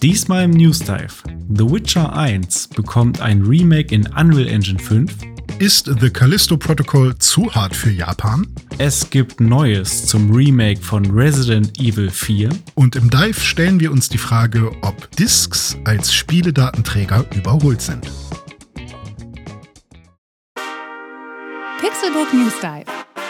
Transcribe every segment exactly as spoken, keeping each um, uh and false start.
Diesmal im News Dive. The Witcher eins bekommt ein Remake in Unreal Engine fünf. Ist The Callisto Protocol zu hart für Japan? Es gibt Neues zum Remake von Resident Evil vier. Und im Dive stellen wir uns die Frage, ob Discs als Spieledatenträger überholt sind. Pixelbook News Dive.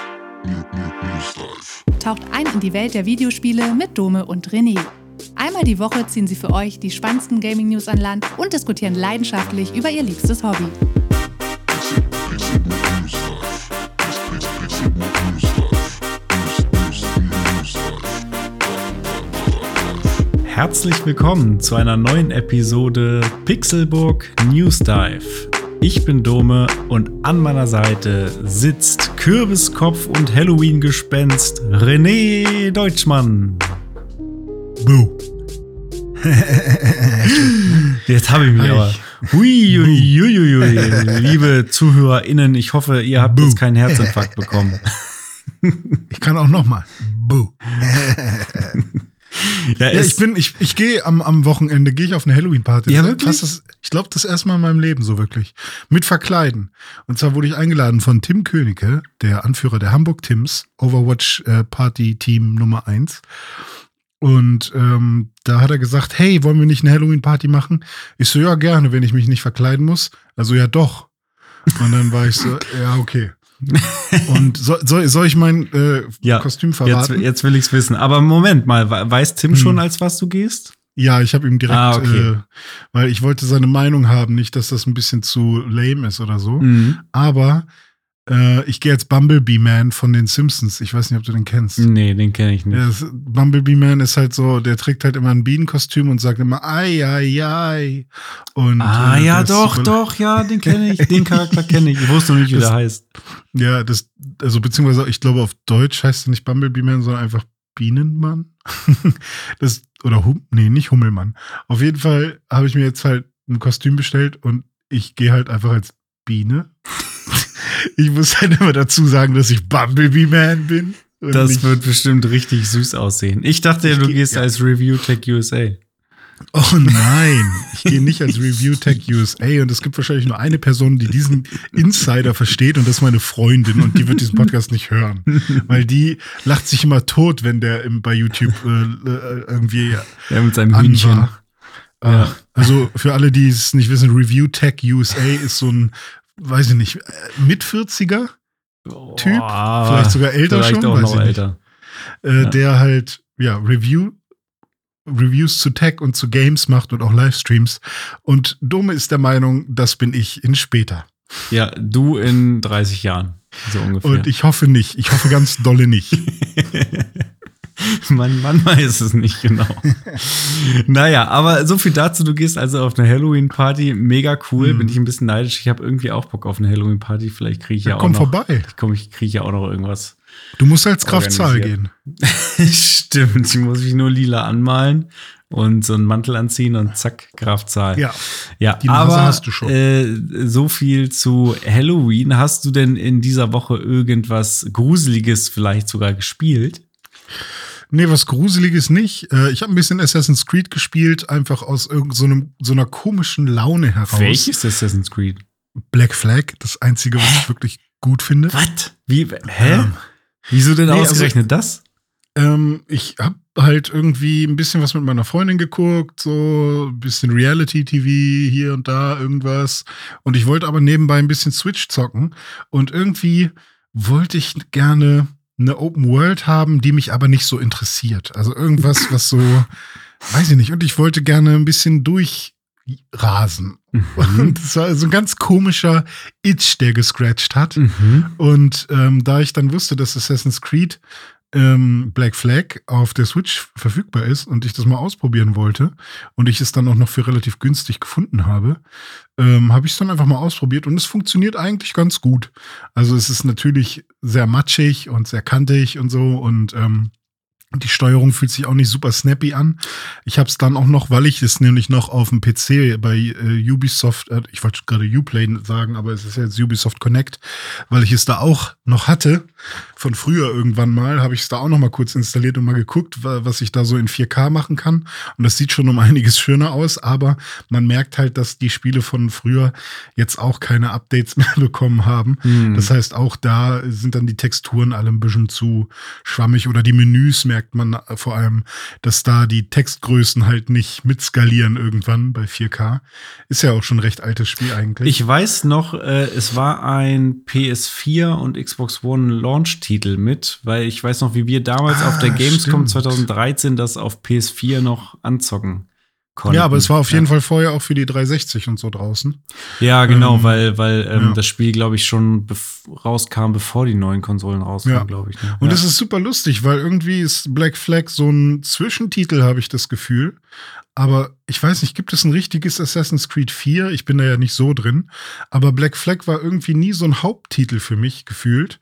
Taucht ein in die Welt der Videospiele mit Dome und René. Einmal die Woche ziehen sie für euch die spannendsten Gaming-News an Land und diskutieren leidenschaftlich über ihr liebstes Hobby. Herzlich willkommen zu einer neuen Episode Pixelbook News Dive. Ich bin Dome und an meiner Seite sitzt Kürbiskopf und Halloween-Gespenst René Deutschmann. Boo. Jetzt habe ich mich aber. Hui, hui, hui, hui, hui. Liebe ZuhörerInnen, ich hoffe, ihr habt Boo. jetzt keinen Herzinfarkt bekommen. Ich kann auch noch mal. Boo. Ja, Ja, ich bin, ich, ich gehe am, am Wochenende gehe ich auf eine Halloween-Party. Ja, Das ist wirklich? fast das, ich glaube, das erste Mal in meinem Leben so wirklich. Mit Verkleiden. Und zwar wurde ich eingeladen von Tim Königke, der Anführer der Hamburg Tims, Overwatch-Party-Team Nummer eins. Und ähm, da hat er gesagt, hey, wollen wir nicht eine Halloween-Party machen? Ich so, ja, gerne, wenn ich mich nicht verkleiden muss. Also, ja, doch. Und dann war ich so, ja, okay. Und so, soll, soll ich mein äh, ja, Kostüm jetzt, verraten? jetzt will ich's wissen. Aber Moment mal, weiß Tim schon, als was du gehst? Ja, ich habe ihm direkt, Ah, okay. äh, weil ich wollte seine Meinung haben, nicht, dass das ein bisschen zu lame ist oder so. Mhm. Aber äh, ich gehe als Bumblebee Man von den Simpsons. Ich weiß nicht, ob du den kennst. Nee, den kenne ich nicht. Ja, das, Bumblebee Man ist halt so, der trägt halt immer ein Bienenkostüm und sagt immer ai, ai, ai. Und, Ah, äh, ja, der ist doch, super- doch, ja, den kenne ich. Den Charakter kenne ich. Ich wusste noch nicht, wie Das- der heißt. Ja, das, also beziehungsweise ich glaube auf Deutsch heißt er nicht Bumblebee Man, sondern einfach Bienenmann. das, oder hum, nee, nicht Hummelmann. Auf jeden Fall habe ich mir jetzt halt ein Kostüm bestellt und ich gehe halt einfach als Biene. Ich muss halt immer dazu sagen, dass ich Bumblebee Man bin. und Das nicht- wird bestimmt richtig süß aussehen. Ich dachte, Ich du geh- gehst ja. als Review Tech U S A. Oh nein, ich gehe nicht als Review Tech U S A und es gibt wahrscheinlich nur eine Person, die diesen Insider versteht und das ist meine Freundin und die wird diesen Podcast nicht hören, weil die lacht sich immer tot, wenn der im, bei YouTube äh, äh, irgendwie Ja, mit seinem an Hühnchen. war. Äh, Ja. Also für alle, die es nicht wissen, Review Tech U S A ist so ein, weiß ich nicht, mit vierziger Typ, Boah, vielleicht sogar älter vielleicht schon, auch weiß noch ich nicht. älter. äh, Ja. der halt ja Review Reviews zu Tech und zu Games macht und auch Livestreams. Und Dome ist der Meinung, das bin ich in später. Ja, du in dreißig Jahren, so ungefähr. Und ich hoffe nicht. Ich hoffe ganz dolle nicht. Man, man weiß es nicht genau. Naja, aber so viel dazu. Du gehst also auf eine Halloween-Party. Mega cool. Mhm. Bin ich ein bisschen neidisch. Ich habe irgendwie auch Bock auf eine Halloween-Party. Vielleicht kriege ich ja, Ja, auch komm noch. vorbei. Ich, komm, ich kriege ja auch noch irgendwas. Du musst als Kraftzahl gehen. Organisiert. Stimmt. Ich muss mich nur lila anmalen und so einen Mantel anziehen und zack, Kraftzahl. Ja. Ja, Die Nase aber hast du schon. Äh, so viel zu Halloween. Hast du denn in dieser Woche irgendwas Gruseliges vielleicht sogar gespielt? Nee, was Gruseliges nicht. Äh, Ich habe ein bisschen Assassin's Creed gespielt, einfach aus irgendeiner so einem- so einer komischen Laune heraus. Welches Assassin's Creed? Black Flag, das Einzige, was ich wirklich gut finde. Was? Wie? Hä? Ähm, Wieso denn nee, also- ausgerechnet das? Ähm, ich habe halt irgendwie ein bisschen was mit meiner Freundin geguckt, so ein bisschen Reality-T V hier und da, irgendwas. Und ich wollte aber nebenbei ein bisschen Switch zocken. Und irgendwie wollte ich gerne eine Open World haben, die mich aber nicht so interessiert. Also irgendwas, was so, weiß ich nicht. Und ich wollte gerne ein bisschen durchrasen. Und das war so ein ganz komischer Itch, der gescratcht hat. Mhm. Und ähm, da ich dann wusste, dass Assassin's Creed ähm, Black Flag auf der Switch verfügbar ist und ich das mal ausprobieren wollte und ich es dann auch noch für relativ günstig gefunden habe, ähm, habe ich es dann einfach mal ausprobiert und es funktioniert eigentlich ganz gut. Also es ist natürlich sehr matschig und sehr kantig und so und ähm, Die Steuerung fühlt sich auch nicht super snappy an. Ich habe es dann auch noch, weil ich es nämlich noch auf dem P C bei äh, Ubisoft, äh, ich wollte gerade Uplay sagen, aber es ist jetzt Ubisoft Connect, weil ich es da auch noch hatte, von früher irgendwann mal, habe ich es da auch noch mal kurz installiert und mal geguckt, was ich da so in vier K machen kann. Und das sieht schon um einiges schöner aus, aber man merkt halt, dass die Spiele von früher jetzt auch keine Updates mehr bekommen haben. Hm. Das heißt, auch da sind dann die Texturen alle ein bisschen zu schwammig oder die Menüs merkt man vor allem, dass da die Textgrößen halt nicht mitskalieren irgendwann bei vier K. Ist ja auch schon ein recht altes Spiel eigentlich. Ich weiß noch, äh, es war ein P S vier und Xbox One Launch-Titel mit, weil ich weiß noch, wie wir damals ah, auf der Gamescom stimmt. zwanzig dreizehn das auf P S vier noch anzocken konnten. Ja, aber es war auf ja. jeden Fall vorher auch für die dreihundertsechzig und so draußen. Ja, genau, ähm, weil, weil ähm, ja. das Spiel, glaube ich, schon bef- rauskam, bevor die neuen Konsolen rauskamen, ja. glaube ich. Ne? Und ja. es ist super lustig, weil irgendwie ist Black Flag so ein Zwischentitel, habe ich das Gefühl. Aber ich weiß nicht, gibt es ein richtiges Assassin's Creed vier? Ich bin da ja nicht so drin. Aber Black Flag war irgendwie nie so ein Haupttitel für mich gefühlt.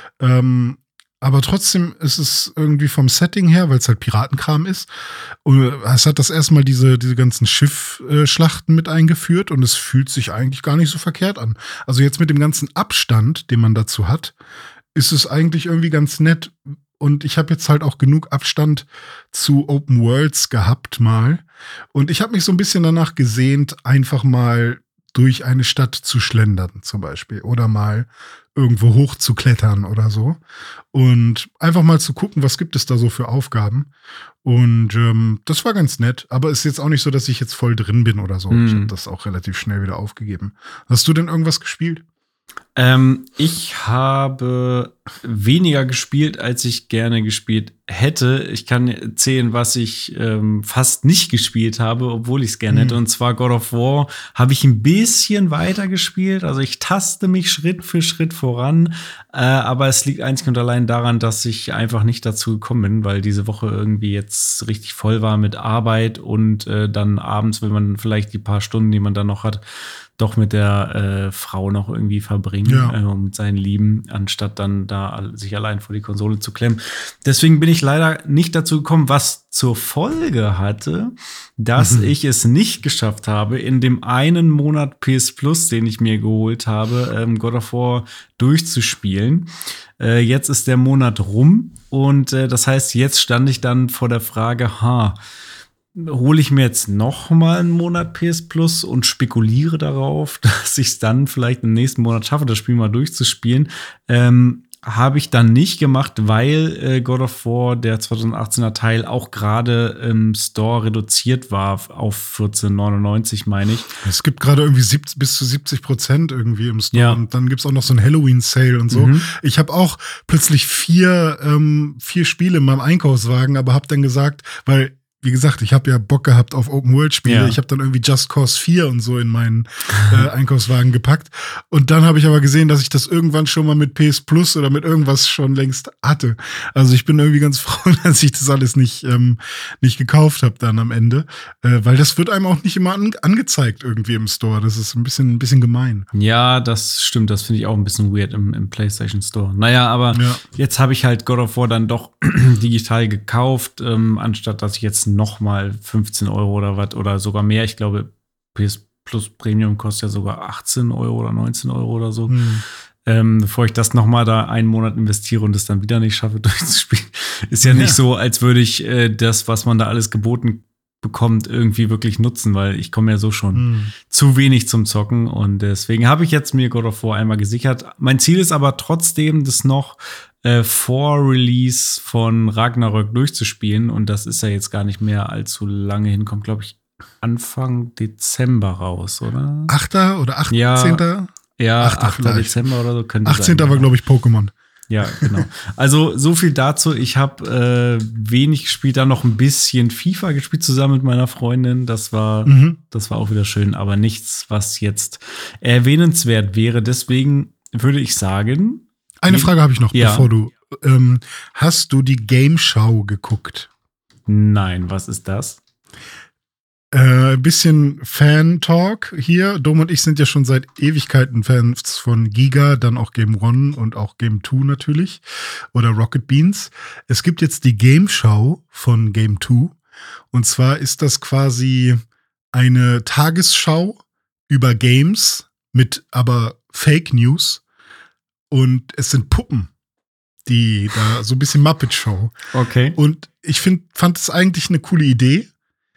Ähm, aber trotzdem ist es irgendwie vom Setting her, weil es halt Piratenkram ist. Und es hat das erstmal diese, diese ganzen Schiffschlachten mit eingeführt und es fühlt sich eigentlich gar nicht so verkehrt an. Also jetzt mit dem ganzen Abstand, den man dazu hat, ist es eigentlich irgendwie ganz nett. Und ich habe jetzt halt auch genug Abstand zu Open Worlds gehabt mal. Und ich habe mich so ein bisschen danach gesehnt, einfach mal durch eine Stadt zu schlendern zum Beispiel. Oder mal irgendwo hoch zu klettern oder so. Und einfach mal zu gucken, was gibt es da so für Aufgaben. Und ähm, das war ganz nett. Aber es ist jetzt auch nicht so, dass ich jetzt voll drin bin oder so. Mm. Ich habe das auch relativ schnell wieder aufgegeben. Hast du denn irgendwas gespielt? Ähm, ich habe weniger gespielt, als ich gerne gespielt hätte. Ich kann erzählen, was ich ähm, fast nicht gespielt habe, obwohl ich es gerne mhm. hätte. Und zwar God of War habe ich ein bisschen weiter gespielt. Also ich taste mich Schritt für Schritt voran. Äh, aber es liegt einzig und allein daran, dass ich einfach nicht dazu gekommen bin, weil diese Woche irgendwie jetzt richtig voll war mit Arbeit und äh, dann abends, wenn man vielleicht die paar Stunden, die man dann noch hat, doch mit der äh, Frau noch irgendwie verbringen, ja. äh, mit seinen Lieben, anstatt dann da sich allein vor die Konsole zu klemmen. Deswegen bin ich leider nicht dazu gekommen, was zur Folge hatte, dass mhm. ich es nicht geschafft habe, in dem einen Monat P S Plus, den ich mir geholt habe, ähm, God of War durchzuspielen. Äh, jetzt ist der Monat rum und äh, das heißt, jetzt stand ich dann vor der Frage, ha, hole ich mir jetzt noch mal einen Monat P S Plus und spekuliere darauf, dass ich es dann vielleicht im nächsten Monat schaffe, das Spiel mal durchzuspielen. Ähm, habe ich dann nicht gemacht, weil äh, God of War, der zweitausendachtzehner Teil, auch gerade im Store reduziert war auf vierzehn neunundneunzig, meine ich. Es gibt gerade irgendwie siebzig, bis zu siebzig Prozent irgendwie im Store. Ja. Und dann gibt's auch noch so ein Halloween-Sale und so. Mhm. Ich habe auch plötzlich vier, ähm, vier Spiele in meinem Einkaufswagen, aber habe dann gesagt, weil wie gesagt, ich habe ja Bock gehabt auf Open-World-Spiele. Ja. Ich habe dann irgendwie Just Cause vier und so in meinen äh, Einkaufswagen gepackt. Und dann habe ich aber gesehen, dass ich das irgendwann schon mal mit P S Plus oder mit irgendwas schon längst hatte. Also ich bin irgendwie ganz froh, dass ich das alles nicht, ähm, nicht gekauft habe dann am Ende. Äh, weil das wird einem auch nicht immer an- angezeigt irgendwie im Store. Das ist ein bisschen, ein bisschen gemein. Ja, das stimmt. Das finde ich auch ein bisschen weird im, im PlayStation Store. Naja, aber ja. Jetzt habe ich halt God of War dann doch digital gekauft, ähm, anstatt dass ich jetzt noch mal fünfzehn Euro oder was oder sogar mehr. Ich glaube, P S Plus Premium kostet ja sogar achtzehn Euro oder neunzehn Euro oder so. Hm. Ähm, bevor ich das noch mal da einen Monat investiere und es dann wieder nicht schaffe, durchzuspielen. Ist ja, ja nicht so, als würde ich äh, das, was man da alles geboten bekommt, irgendwie wirklich nutzen, weil ich komme ja so schon hm. zu wenig zum Zocken und deswegen habe ich jetzt mir God of War einmal gesichert. Mein Ziel ist aber trotzdem, das noch äh, vor Release von Ragnarök durchzuspielen und das ist ja jetzt gar nicht mehr allzu lange hin, kommt glaube ich Anfang Dezember raus, oder? achter oder achtzehnter? Ja, ja achter Dezember oder so. Könnte achtzehnter sein, war glaube ich Pokémon. Ja, genau. Also so viel dazu. Ich habe äh, wenig gespielt, dann noch ein bisschen FIFA gespielt zusammen mit meiner Freundin. Das war, mhm. das war auch wieder schön, aber nichts, was jetzt erwähnenswert wäre. Deswegen würde ich sagen. Eine Frage habe ich noch, ja. bevor du. Ähm, hast du die Game Show geguckt? Nein, was ist das? Ein äh, bisschen Fan-Talk hier. Dom und ich sind ja schon seit Ewigkeiten Fans von Giga, dann auch Game One und auch Game Two natürlich. Oder Rocket Beans. Es gibt jetzt die Game Show von Game Two. Und zwar ist das quasi eine Tagesschau über Games mit aber Fake News. Und es sind Puppen, die da so ein bisschen Muppet-Show. Okay. Und ich find, fand es eigentlich eine coole Idee.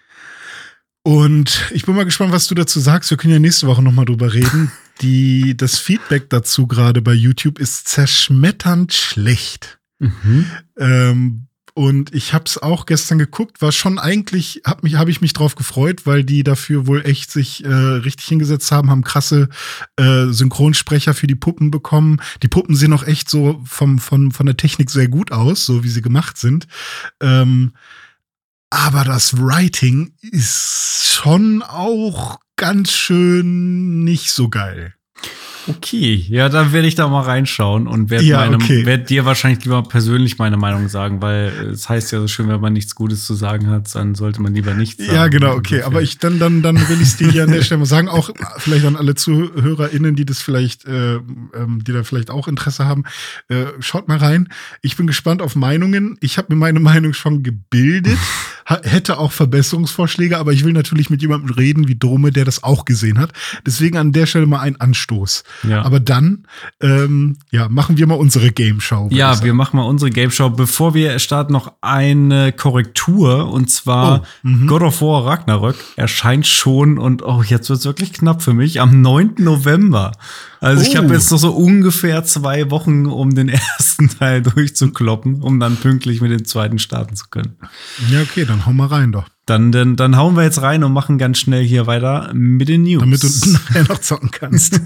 Und ich bin mal gespannt, was du dazu sagst. Wir können ja nächste Woche nochmal drüber reden. Die, das Feedback dazu gerade bei YouTube ist zerschmetternd schlecht. Mhm. Ähm, und ich habe es auch gestern geguckt, war schon eigentlich, habe mich, habe ich mich drauf gefreut, weil die dafür wohl echt sich äh, richtig hingesetzt haben, haben krasse äh, Synchronsprecher für die Puppen bekommen. Die Puppen sehen auch echt so vom, von, von der Technik sehr gut aus, so wie sie gemacht sind. Ähm, Aber das Writing ist schon auch ganz schön nicht so geil. Okay, ja, dann werde ich da mal reinschauen und werde Ja, meine, okay. werd dir wahrscheinlich lieber persönlich meine Meinung sagen, weil es heißt ja so schön, wenn man nichts Gutes zu sagen hat, dann sollte man lieber nichts sagen. Ja, genau, okay. Aber ich dann, dann, dann will ich es dir hier an der Stelle mal sagen, auch vielleicht an alle ZuhörerInnen, die das vielleicht, äh, ähm, die da vielleicht auch Interesse haben. Äh, schaut mal rein. Ich bin gespannt auf Meinungen. Ich habe mir meine Meinung schon gebildet, ha- hätte auch Verbesserungsvorschläge, aber ich will natürlich mit jemandem reden wie Dome, der das auch gesehen hat. Deswegen an der Stelle mal ein Anstoß. Ja. Aber dann, ähm, ja, machen wir mal unsere Game Show. würd ich Ja, sagen. wir machen mal unsere Game Show. Bevor wir starten, noch eine Korrektur. Und zwar Oh, mhm. God of War Ragnarök erscheint schon und oh, jetzt wird's wirklich knapp für mich, am neunten November. Also ich Oh. habe jetzt noch so ungefähr zwei Wochen, um den ersten Teil durchzukloppen, um dann pünktlich mit dem zweiten starten zu können. Ja, okay, dann hau mal rein doch. Dann, dann, dann hauen wir jetzt rein und machen ganz schnell hier weiter mit den News. Damit du nachher noch zocken kannst.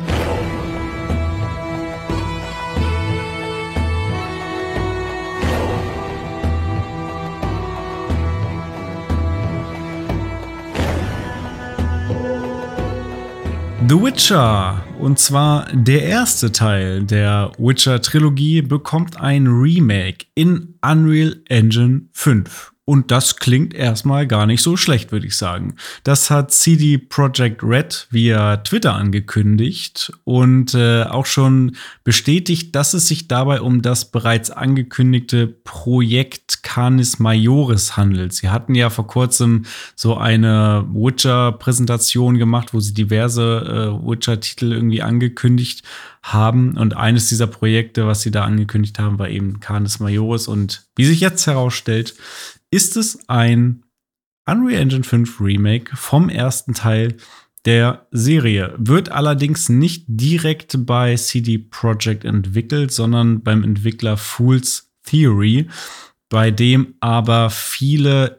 The Witcher, und zwar der erste Teil der Witcher-Trilogie, bekommt ein Remake in Unreal Engine fünf. Und das klingt erstmal gar nicht so schlecht, würde ich sagen. Das hat C D Projekt Red via Twitter angekündigt und äh, auch schon bestätigt, dass es sich dabei um das bereits angekündigte Projekt Canis Majoris handelt. Sie hatten ja vor kurzem so eine Witcher-Präsentation gemacht, wo sie diverse äh, Witcher-Titel irgendwie angekündigt haben. Und eines dieser Projekte, was sie da angekündigt haben, war eben Canis Majoris. Und wie sich jetzt herausstellt, ist es ein Unreal Engine fünf Remake vom ersten Teil der Serie. Wird allerdings nicht direkt bei C D Projekt entwickelt, sondern beim Entwickler Fool's Theory, bei dem aber viele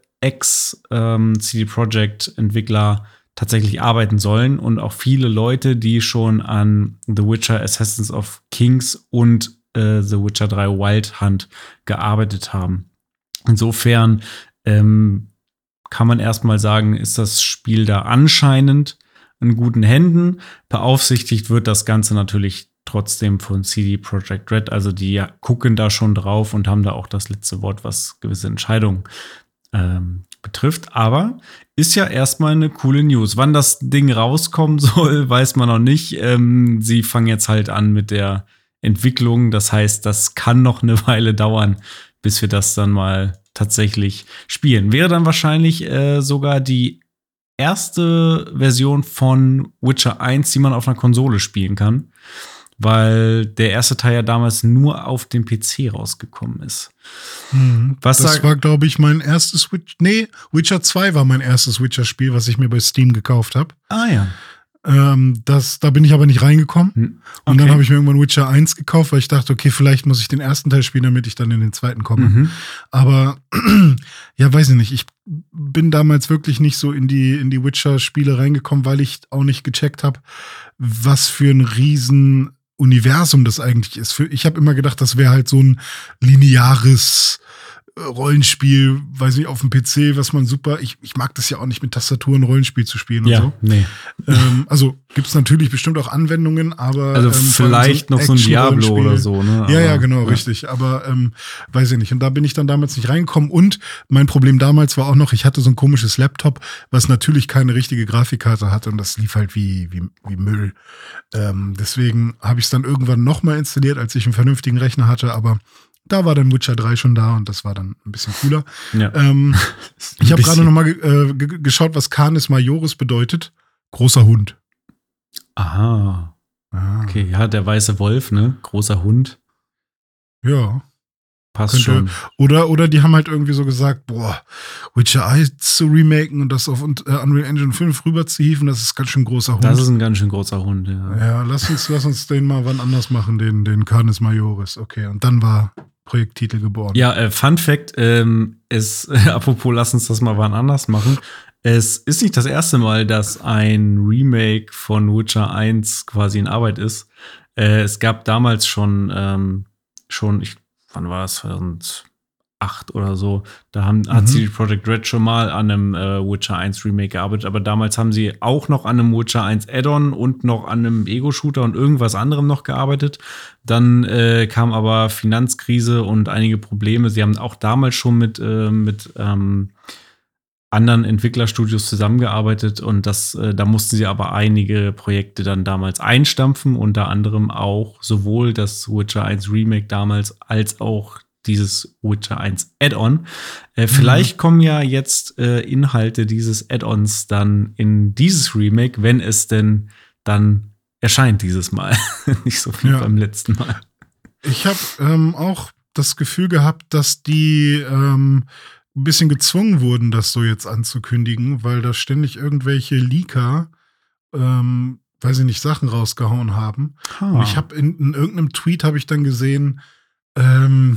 Ex-C D Projekt Entwickler tatsächlich arbeiten sollen und auch viele Leute, die schon an The Witcher Assassins of Kings und äh, The Witcher drei Wild Hunt gearbeitet haben. Insofern ähm, kann man erstmal sagen, ist das Spiel da anscheinend in guten Händen. Beaufsichtigt wird das Ganze natürlich trotzdem von C D Projekt Red. Also die gucken da schon drauf und haben da auch das letzte Wort, was gewisse Entscheidungen ähm, betrifft. Aber ist ja erstmal eine coole News. Wann das Ding rauskommen soll, weiß man noch nicht. Ähm, sie fangen jetzt halt an mit der Entwicklung. Das heißt, das kann noch eine Weile dauern, bis wir das dann mal tatsächlich spielen. Wäre dann wahrscheinlich äh, sogar die erste Version von Witcher eins, die man auf einer Konsole spielen kann, weil der erste Teil ja damals nur auf dem P C rausgekommen ist. Mhm. Was das sag- war, glaube ich, mein erstes Witcher. Nee, Witcher zwei war mein erstes Witcher-Spiel, was ich mir bei Steam gekauft habe. Ah ja. Ähm, das, da bin ich aber nicht reingekommen. Hm. Und dann Okay. habe ich mir irgendwann Witcher eins gekauft, weil ich dachte, okay, vielleicht muss ich den ersten Teil spielen, damit ich dann in den zweiten komme. Mhm. Aber ja, weiß ich nicht. Ich bin damals wirklich nicht so in die, in die Witcher-Spiele reingekommen, weil ich auch nicht gecheckt habe, was für ein riesen Universum das eigentlich ist. Für, ich habe immer gedacht, das wäre halt so ein lineares Rollenspiel, weiß nicht, auf dem P C, was man super, ich, ich mag das ja auch nicht mit Tastatur ein Rollenspiel zu spielen und ja, so. Nee. Ähm, also gibt's natürlich bestimmt auch Anwendungen, aber also ähm, vielleicht so noch so ein Diablo oder so, ne? Aber, ja, ja, genau, ja. richtig. Aber ähm, weiß ich nicht. Und da bin ich dann damals nicht reingekommen. Und mein Problem damals war auch noch, ich hatte so ein komisches Laptop, was natürlich keine richtige Grafikkarte hatte und das lief halt wie, wie, wie Müll. Ähm, deswegen habe ich es dann irgendwann nochmal installiert, als ich einen vernünftigen Rechner hatte, aber da war dann Witcher drei schon da und das war dann ein bisschen cooler. Ja. Ähm, ich habe gerade nochmal äh, g- geschaut, was Canis Majoris bedeutet. Großer Hund. Aha. Ah. Okay, ja, der weiße Wolf, ne? Großer Hund. Ja. Passt Könnte, schon. Oder, oder die haben halt irgendwie so gesagt, boah, Witcher eins zu remaken und das auf äh, Unreal Engine fünf rüber zu hieven, das ist ganz schön großer Hund. Das ist ein ganz schön großer Hund, ja. Ja, lass uns, lass uns den mal wann anders machen, den, den Canis Majoris. Okay, und dann war Projekttitel geboren. Ja, äh, Fun Fact, ähm, es, äh, apropos, lass uns das mal wann anders machen. Es ist nicht das erste Mal, dass ein Remake von Witcher eins quasi in Arbeit ist. Äh, es gab damals schon, ähm, schon, ich, wann war das, zweitausendacht oder so, da haben, Mhm. hat C D Projekt Red schon mal an einem äh, Witcher eins Remake gearbeitet, aber damals haben sie auch noch an einem Witcher eins Add-on und noch an einem Ego-Shooter und irgendwas anderem noch gearbeitet. Dann äh, kam aber Finanzkrise und einige Probleme. Sie haben auch damals schon mit, äh, mit ähm, anderen Entwicklerstudios zusammengearbeitet und das, äh, da mussten sie aber einige Projekte dann damals einstampfen, unter anderem auch sowohl das Witcher eins Remake damals als auch dieses Witcher eins Add-on. Äh, vielleicht kommen ja jetzt äh, Inhalte dieses Add-ons dann in dieses Remake, wenn es denn dann erscheint dieses Mal. Nicht so viel Ja. beim letzten Mal. Ich habe ähm, auch das Gefühl gehabt, dass die ähm, ein bisschen gezwungen wurden, das so jetzt anzukündigen, weil da ständig irgendwelche Leaker, ähm, weiß ich nicht, Sachen rausgehauen haben. Und ich habe in, in irgendeinem Tweet habe ich dann gesehen, ähm,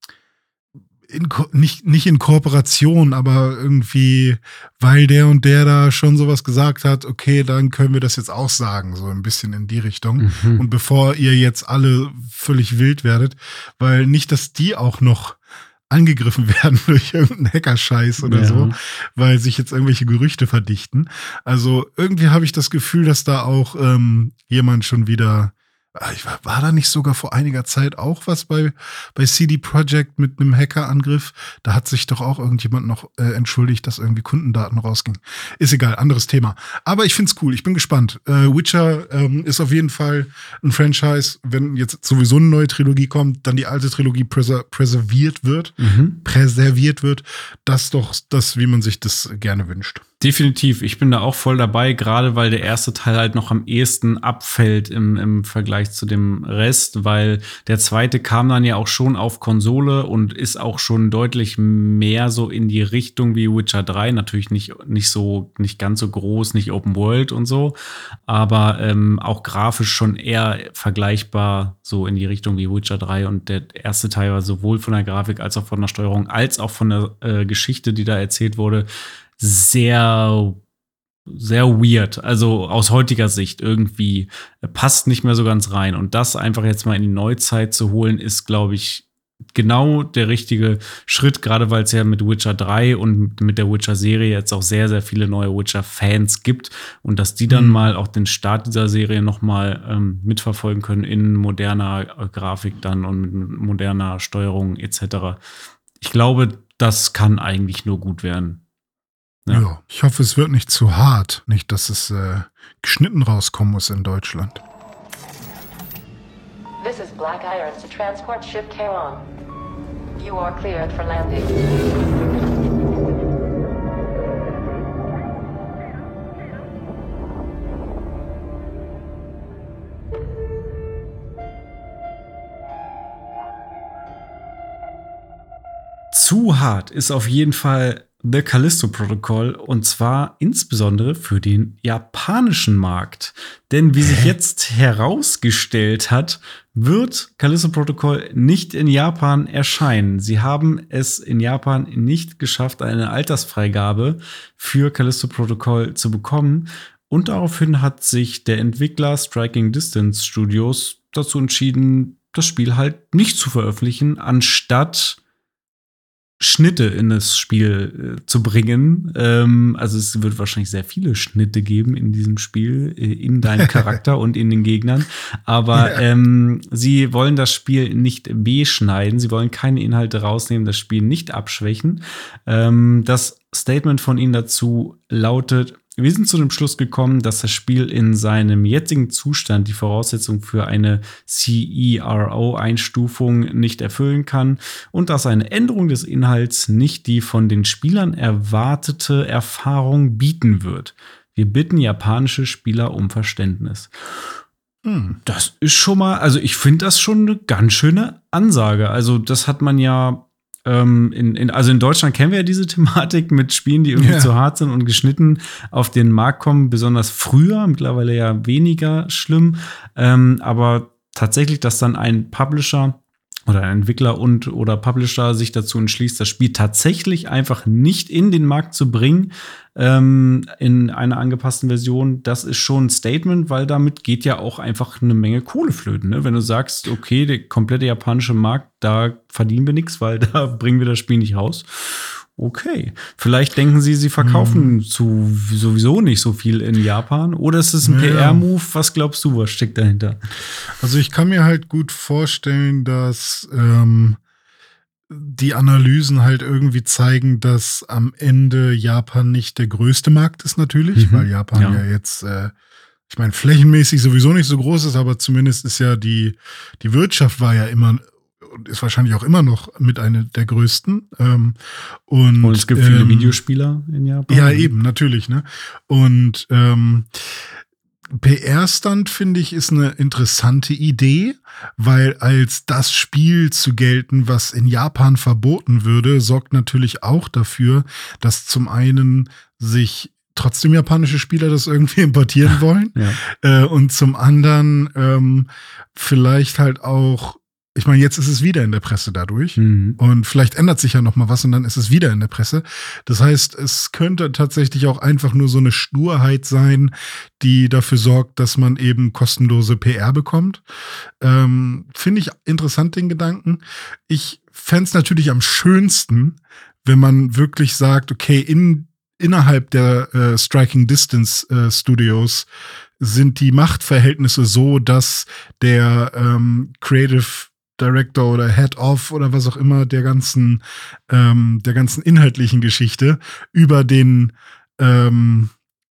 in, Ko- nicht, nicht in Kooperation, aber irgendwie, weil der und der da schon sowas gesagt hat, okay, dann können wir das jetzt auch sagen, so ein bisschen in die Richtung. Mhm. Und bevor ihr jetzt alle völlig wild werdet, weil nicht, dass die auch noch angegriffen werden durch irgendeinen Hackerscheiß oder Ja. so, weil sich jetzt irgendwelche Gerüchte verdichten. Also irgendwie habe ich das Gefühl, dass da auch ähm, jemand schon wieder, ah, ich war, war da nicht sogar vor einiger Zeit auch was bei, bei C D Projekt mit einem Hackerangriff? Da hat sich doch auch irgendjemand noch äh, entschuldigt, dass irgendwie Kundendaten rausgingen. Ist egal, anderes Thema. Aber ich find's cool, ich bin gespannt. Äh, Witcher ähm, ist auf jeden Fall ein Franchise, wenn jetzt sowieso eine neue Trilogie kommt, dann die alte Trilogie preser- preserviert wird, Mhm. präserviert wird. Das ist doch das, wie man sich das gerne wünscht. Definitiv, ich bin da auch voll dabei, gerade weil der erste Teil halt noch am ehesten abfällt im, im Vergleich zu dem Rest, weil der zweite kam dann ja auch schon auf Konsole und ist auch schon deutlich mehr so in die Richtung wie Witcher drei, natürlich nicht, nicht so, nicht ganz so groß, nicht Open World und so, aber ähm, auch grafisch schon eher vergleichbar so in die Richtung wie Witcher drei und der erste Teil war sowohl von der Grafik als auch von der Steuerung als auch von der äh, Geschichte, die da erzählt wurde, sehr, sehr weird. Also aus heutiger Sicht irgendwie äh, passt nicht mehr so ganz rein. Und das einfach jetzt mal in die Neuzeit zu holen, ist, glaube ich, genau der richtige Schritt, gerade weil es ja mit Witcher drei und mit der Witcher-Serie jetzt auch sehr, sehr viele neue Witcher-Fans gibt und dass die dann Mhm. mal auch den Start dieser Serie noch mal ähm, mitverfolgen können in moderner äh, Grafik dann und mit moderner Steuerung et cetera. Ich glaube, das kann eigentlich nur gut werden. Ja. Ja. Ich hoffe, es wird nicht zu hart. Nicht, dass es äh, geschnitten rauskommen muss in Deutschland. This is Black Irons to transport ship Charon. You are cleared for landing. Zu hart ist auf jeden Fall The Callisto Protocol und zwar insbesondere für den japanischen Markt. Denn wie sich jetzt herausgestellt hat, wird Callisto Protocol nicht in Japan erscheinen. Sie haben es in Japan nicht geschafft, eine Altersfreigabe für Callisto Protocol zu bekommen. Und daraufhin hat sich der Entwickler Striking Distance Studios dazu entschieden, das Spiel halt nicht zu veröffentlichen, anstatt Schnitte in das Spiel äh, zu bringen. Ähm, also es wird wahrscheinlich sehr viele Schnitte geben in diesem Spiel, äh, in deinem Charakter und in den Gegnern. Aber ja. ähm, sie wollen das Spiel nicht beschneiden. Sie wollen keine Inhalte rausnehmen, das Spiel nicht abschwächen. Ähm, das Statement von ihnen dazu lautet: Wir sind zu dem Schluss gekommen, dass das Spiel in seinem jetzigen Zustand die Voraussetzung für eine C E R O-Einstufung nicht erfüllen kann und dass eine Änderung des Inhalts nicht die von den Spielern erwartete Erfahrung bieten wird. Wir bitten japanische Spieler um Verständnis. Hm. Das ist schon mal, also ich finde das schon eine ganz schöne Ansage. Also das hat man ja In, in, also in Deutschland kennen wir ja diese Thematik mit Spielen, die irgendwie ja. zu hart sind und geschnitten auf den Markt kommen, besonders früher, mittlerweile ja weniger schlimm. Ähm, aber tatsächlich, dass dann ein Publisher oder ein Entwickler und oder Publisher sich dazu entschließt, das Spiel tatsächlich einfach nicht in den Markt zu bringen, ähm, in einer angepassten Version, das ist schon ein Statement, weil damit geht ja auch einfach eine Menge Kohle flöten. Ne? Wenn du sagst, okay, der komplette japanische Markt, da verdienen wir nichts, weil da bringen wir das Spiel nicht raus. Okay, vielleicht denken sie, sie verkaufen mhm. zu sowieso nicht so viel in Japan. Oder ist es ein ja. P R-Move? Was glaubst du, was steckt dahinter? Also ich kann mir halt gut vorstellen, dass ähm, die Analysen halt irgendwie zeigen, dass am Ende Japan nicht der größte Markt ist natürlich, mhm. weil Japan ja, ja jetzt, äh, ich meine, flächenmäßig sowieso nicht so groß ist, aber zumindest ist ja die, die Wirtschaft war ja immer und ist wahrscheinlich auch immer noch mit einer der größten. Ähm, und, und es gibt viele ähm, Videospieler in Japan. Ja, eben, natürlich. Ne? Und ähm, P R-Stunt, finde ich, ist eine interessante Idee, weil als das Spiel zu gelten, was in Japan verboten würde, sorgt natürlich auch dafür, dass zum einen sich trotzdem japanische Spieler das irgendwie importieren wollen ja. äh, und zum anderen ähm, vielleicht halt auch, ich meine, jetzt ist es wieder in der Presse dadurch mhm. und vielleicht ändert sich ja noch mal was und dann ist es wieder in der Presse. Das heißt, es könnte tatsächlich auch einfach nur so eine Sturheit sein, die dafür sorgt, dass man eben kostenlose P R bekommt. Ähm, finde ich interessant, den Gedanken. Ich fände es natürlich am schönsten, wenn man wirklich sagt, okay, in, innerhalb der äh, Striking Distance äh, Studios sind die Machtverhältnisse so, dass der ähm, Creative Director oder Head of oder was auch immer der ganzen ähm, der ganzen inhaltlichen Geschichte über den ähm,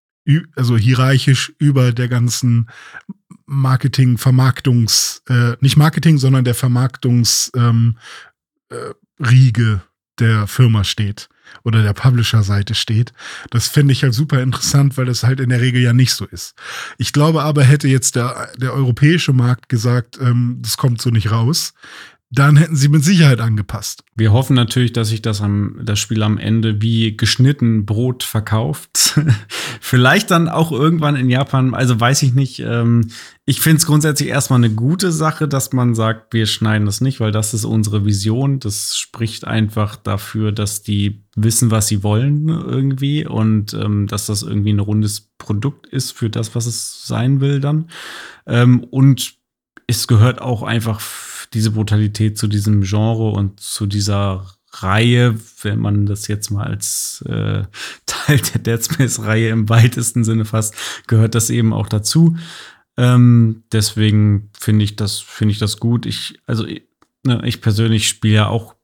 also hierarchisch über der ganzen Marketing, Vermarktungs äh, nicht Marketing, sondern der Vermarktungs ähm, äh, Riege der Firma steht oder der Publisher-Seite steht. Das fände ich halt super interessant, weil das halt in der Regel ja nicht so ist. Ich glaube aber, hätte jetzt der, der europäische Markt gesagt, ähm, das kommt so nicht raus, dann hätten sie mit Sicherheit angepasst. Wir hoffen natürlich, dass sich das, am, das Spiel am Ende wie geschnitten Brot verkauft. Vielleicht dann auch irgendwann in Japan, also weiß ich nicht. Ähm, ich finde es grundsätzlich erstmal eine gute Sache, dass man sagt, wir schneiden das nicht, weil das ist unsere Vision. Das spricht einfach dafür, dass die wissen, was sie wollen irgendwie und ähm, dass das irgendwie ein rundes Produkt ist für das, was es sein will dann. Ähm, und es gehört auch einfach diese Brutalität zu diesem Genre und zu dieser Reihe, wenn man das jetzt mal als äh, Teil der Dead Space-Reihe im weitesten Sinne fasst, gehört das eben auch dazu. Ähm, deswegen finde ich das, finde ich das gut. Ich, also ich, ne, ich persönlich spiele ja auch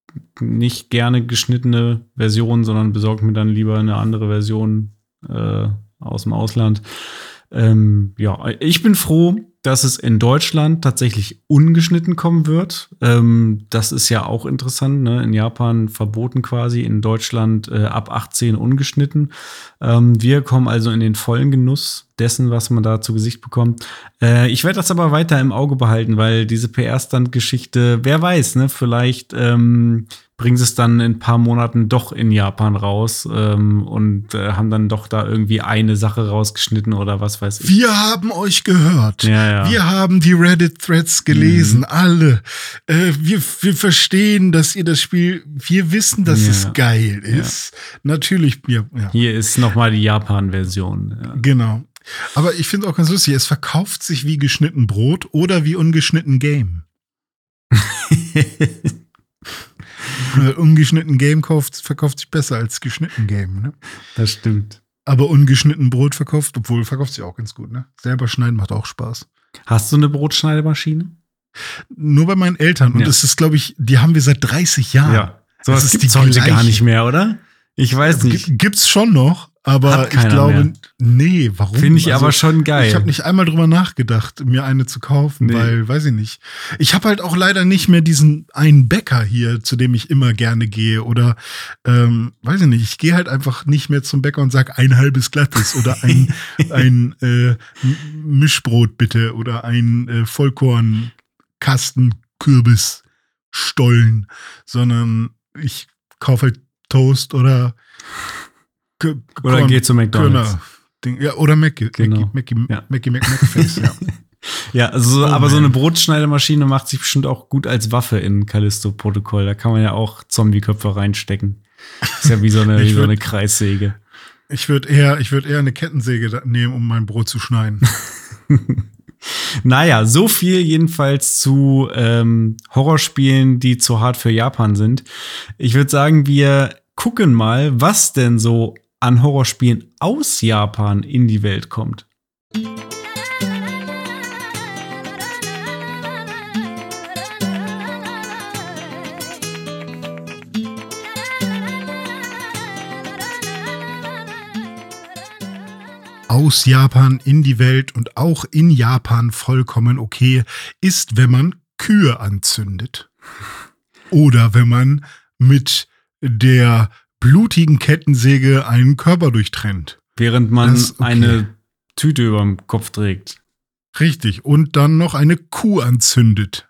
nicht gerne geschnittene Versionen, sondern besorge mir dann lieber eine andere Version äh, aus dem Ausland. Ähm, ja, ich bin froh, dass es in Deutschland tatsächlich ungeschnitten kommen wird. Ähm, das ist ja auch interessant, ne? In Japan verboten quasi, in Deutschland äh, ab achtzehn ungeschnitten. Ähm, wir kommen also in den vollen Genuss dessen, was man da zu Gesicht bekommt. Äh, ich werde das aber weiter im Auge behalten, weil diese P R-Stunt-Geschichte, wer weiß, ne? Vielleicht ähm, bringen sie es dann in ein paar Monaten doch in Japan raus ähm, und äh, haben dann doch da irgendwie eine Sache rausgeschnitten oder was weiß ich. Wir haben euch gehört. Ja, ja. Wir haben die Reddit-Threads gelesen, mhm. alle. Äh, wir, wir verstehen, dass ihr das Spiel, wir wissen, dass ja. es geil ist. Ja. Natürlich. Ja, ja. Hier ist nochmal die Japan-Version. Ja. Genau. Aber ich finde auch ganz lustig, es verkauft sich wie geschnitten Brot oder wie ungeschnitten Game. Ungeschnitten Game kauft, verkauft sich besser als geschnitten Game, ne? Das stimmt. Aber ungeschnitten Brot verkauft, obwohl verkauft sich auch ganz gut, ne? Selber schneiden macht auch Spaß. Hast du eine Brotschneidemaschine? Nur bei meinen Eltern. Und Ja. das ist, glaube ich, die haben wir seit dreißig Jahren. Ja. So Das was ist gibt's die heute gleiche. gar nicht mehr, oder? Ich weiß Also, nicht. gi- gibt's schon noch, aber Hat ich keiner glaube, mehr. nee, warum? Finde ich Also, aber schon geil. Ich habe nicht einmal drüber nachgedacht, mir eine zu kaufen, Nee. weil, weiß ich nicht. Ich habe halt auch leider nicht mehr diesen einen Bäcker hier, zu dem ich immer gerne gehe. Oder, ähm, weiß ich nicht, ich gehe halt einfach nicht mehr zum Bäcker und sage ein halbes Glattes oder ein, ein äh, M- Mischbrot bitte oder ein äh, Vollkornkasten Kürbisstollen, sondern ich kaufe halt Toast oder K- Oder Korn- geh zu McDonald's. Körner. Ding. Ja, oder Mackie. Genau. Mackie, Mackie, Ja. Mackie, Mac, Macface, ja. Ja, also, so- Oh, aber so man. eine Brotschneidemaschine macht sich bestimmt auch gut als Waffe in Callisto-Protokoll. Da kann man ja auch Zombie-Köpfe reinstecken. Ist ja wie so eine, Ich wie so würd- eine Kreissäge. Ich würde eher, ich würde eher eine Kettensäge da nehmen, um mein Brot zu schneiden. Naja, so viel jedenfalls zu ähm, Horrorspielen, die zu hart für Japan sind. Ich würde sagen, wir gucken mal, was denn so an Horrorspielen aus Japan in die Welt kommt. Aus Japan in die Welt und auch in Japan vollkommen okay ist, wenn man Kühe anzündet. Oder wenn man mit der blutigen Kettensäge einen Körper durchtrennt. Während man Das ist okay. eine Tüte über dem Kopf trägt. Richtig. Und dann noch eine Kuh anzündet.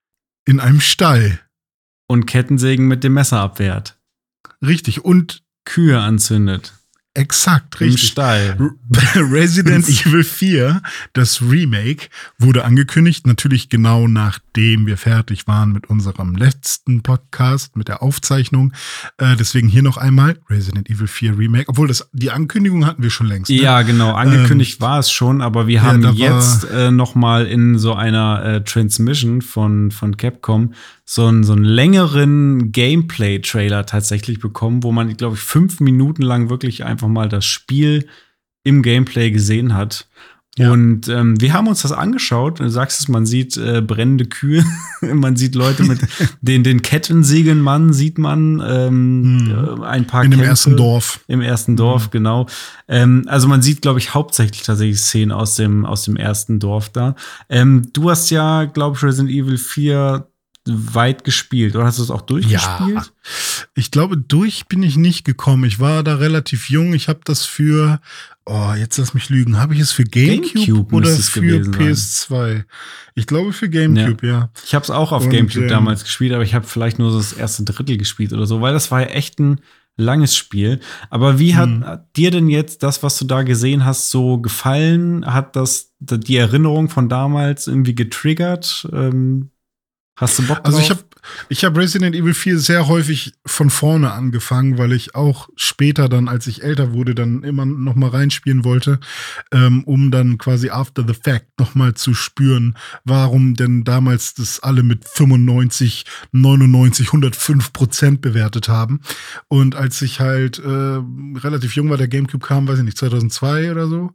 In einem Stall. Und Kettensägen mit dem Messer abwehrt. Richtig. Und Kühe anzündet. exakt, Im richtig. Stall. Resident Evil vier, das Remake, wurde angekündigt, natürlich genau nachdem wir fertig waren mit unserem letzten Podcast, mit der Aufzeichnung. Äh, deswegen hier noch einmal Resident Evil vier Remake, obwohl das die Ankündigung hatten wir schon längst. Ne? Ja, genau. Angekündigt war es schon, aber wir ja, haben da war- jetzt äh, noch mal in so einer äh, Transmission von, von Capcom so einen, so einen längeren Gameplay-Trailer tatsächlich bekommen, wo man, glaube ich, fünf Minuten lang wirklich einfach mal das Spiel im Gameplay gesehen hat. Ja. Und ähm, wir haben uns das angeschaut. Du sagst es, man sieht äh, brennende Kühe, man sieht Leute mit den, den Kettensägenmann, sieht man ähm, Mhm. äh, ein paar In dem Kämpfe. ersten Dorf. Im ersten Dorf, genau. Ähm, also man sieht, glaube ich, hauptsächlich tatsächlich Szenen aus dem, aus dem ersten Dorf da. Ähm, du hast ja, glaube ich, Resident Evil vier weit gespielt, oder hast du es auch durchgespielt? Ja, ich glaube, durch bin ich nicht gekommen. Ich war da relativ jung. Ich habe das für, oh, jetzt lass mich lügen, habe ich es für GameCube, GameCube oder müsste es für gewesen P S zwei? Ich glaube für GameCube, ja. Ich habe es auch auf Und, GameCube ähm, damals gespielt, aber ich habe vielleicht nur so das erste Drittel gespielt oder so, weil das war ja echt ein langes Spiel. Aber wie hat Hm. dir denn jetzt das, was du da gesehen hast, so gefallen? Hat das die Erinnerung von damals irgendwie getriggert? Ähm, hast du Bock drauf? Also ich habe ich hab Resident Evil vier sehr häufig von vorne angefangen, weil ich auch später dann, als ich älter wurde, dann immer noch mal reinspielen wollte, ähm, um dann quasi after the fact noch mal zu spüren, warum denn damals das alle mit fünfundneunzig, neunundneunzig, hundertfünf Prozent bewertet haben. Und als ich halt äh, relativ jung war, der GameCube kam, weiß ich nicht, zweitausendzwei oder so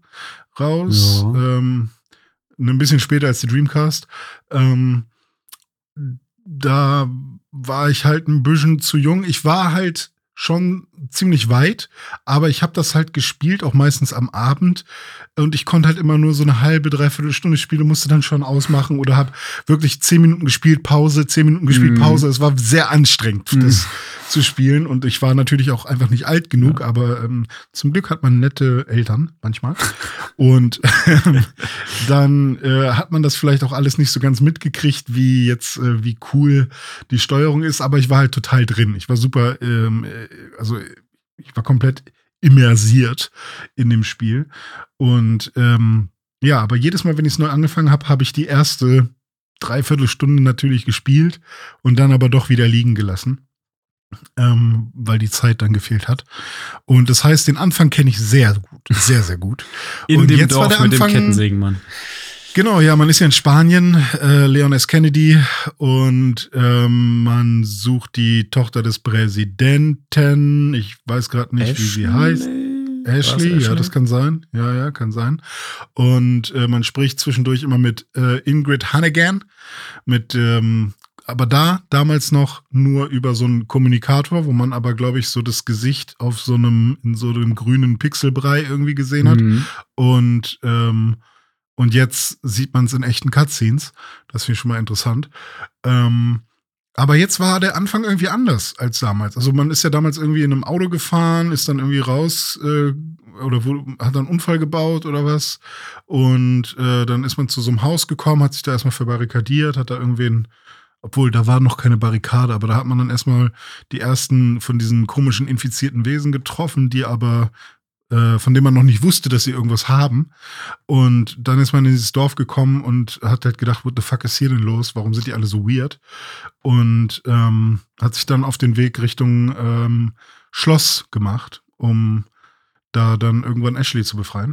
raus. Ja. Ähm, ein bisschen später als die Dreamcast. Ähm, da war ich halt ein bisschen zu jung. Ich war halt schon ziemlich weit, aber ich habe das halt gespielt, auch meistens am Abend. Und ich konnte halt immer nur so eine halbe, dreiviertel Stunde spielen, musste dann schon ausmachen oder habe wirklich zehn Minuten gespielt, Pause, zehn Minuten gespielt, Mhm. Pause. Es war sehr anstrengend, Mhm. das zu spielen. Und ich war natürlich auch einfach nicht alt genug, Ja. aber ähm, zum Glück hat man nette Eltern manchmal. Und ähm, dann äh, hat man das vielleicht auch alles nicht so ganz mitgekriegt, wie jetzt, äh, wie cool die Steuerung ist. Aber ich war halt total drin. Ich war super, ähm, äh, also ich war komplett immersiert in dem Spiel. Und ähm, ja, aber jedes Mal, wenn ich es neu angefangen habe, habe ich die erste Dreiviertelstunde natürlich gespielt und dann aber doch wieder liegen gelassen. Ähm, weil die Zeit dann gefehlt hat. Und das heißt, den Anfang kenne ich sehr gut. Sehr, sehr gut. in und dem jetzt war Dorf der mit dem Anfang- Kettensägenmann. Genau, ja, man ist ja in Spanien, äh, Leon S. Kennedy, und ähm, man sucht die Tochter des Präsidenten. Ich weiß gerade nicht, Ashley? wie sie heißt. Ashley, Ashley, ja, das kann sein. Ja, ja, kann sein. Und äh, man spricht zwischendurch immer mit äh, Ingrid Hannigan, mit ähm, aber da damals noch nur über so einen Kommunikator, wo man aber, glaube ich, so das Gesicht auf so einem, in so einem grünen Pixelbrei irgendwie gesehen hat. Mhm. Und, ähm, und jetzt sieht man es in echten Cutscenes. Das finde ich schon mal interessant. Ähm, aber jetzt war der Anfang irgendwie anders als damals. Also man ist ja damals irgendwie in einem Auto gefahren, ist dann irgendwie raus äh, oder wo, hat dann einen Unfall gebaut oder was. Und äh, dann ist man zu so einem Haus gekommen, hat sich da erstmal verbarrikadiert, hat da irgendwen. Obwohl, da war noch keine Barrikade, aber da hat man dann erstmal die ersten von diesen komischen infizierten Wesen getroffen, die aber, äh, von denen man noch nicht wusste, dass sie irgendwas haben. Und dann ist man in dieses Dorf gekommen und hat halt gedacht, what the fuck ist hier denn los? Warum sind die alle so weird? Und ähm, hat sich dann auf den Weg Richtung ähm, Schloss gemacht, um da dann irgendwann Ashley zu befreien.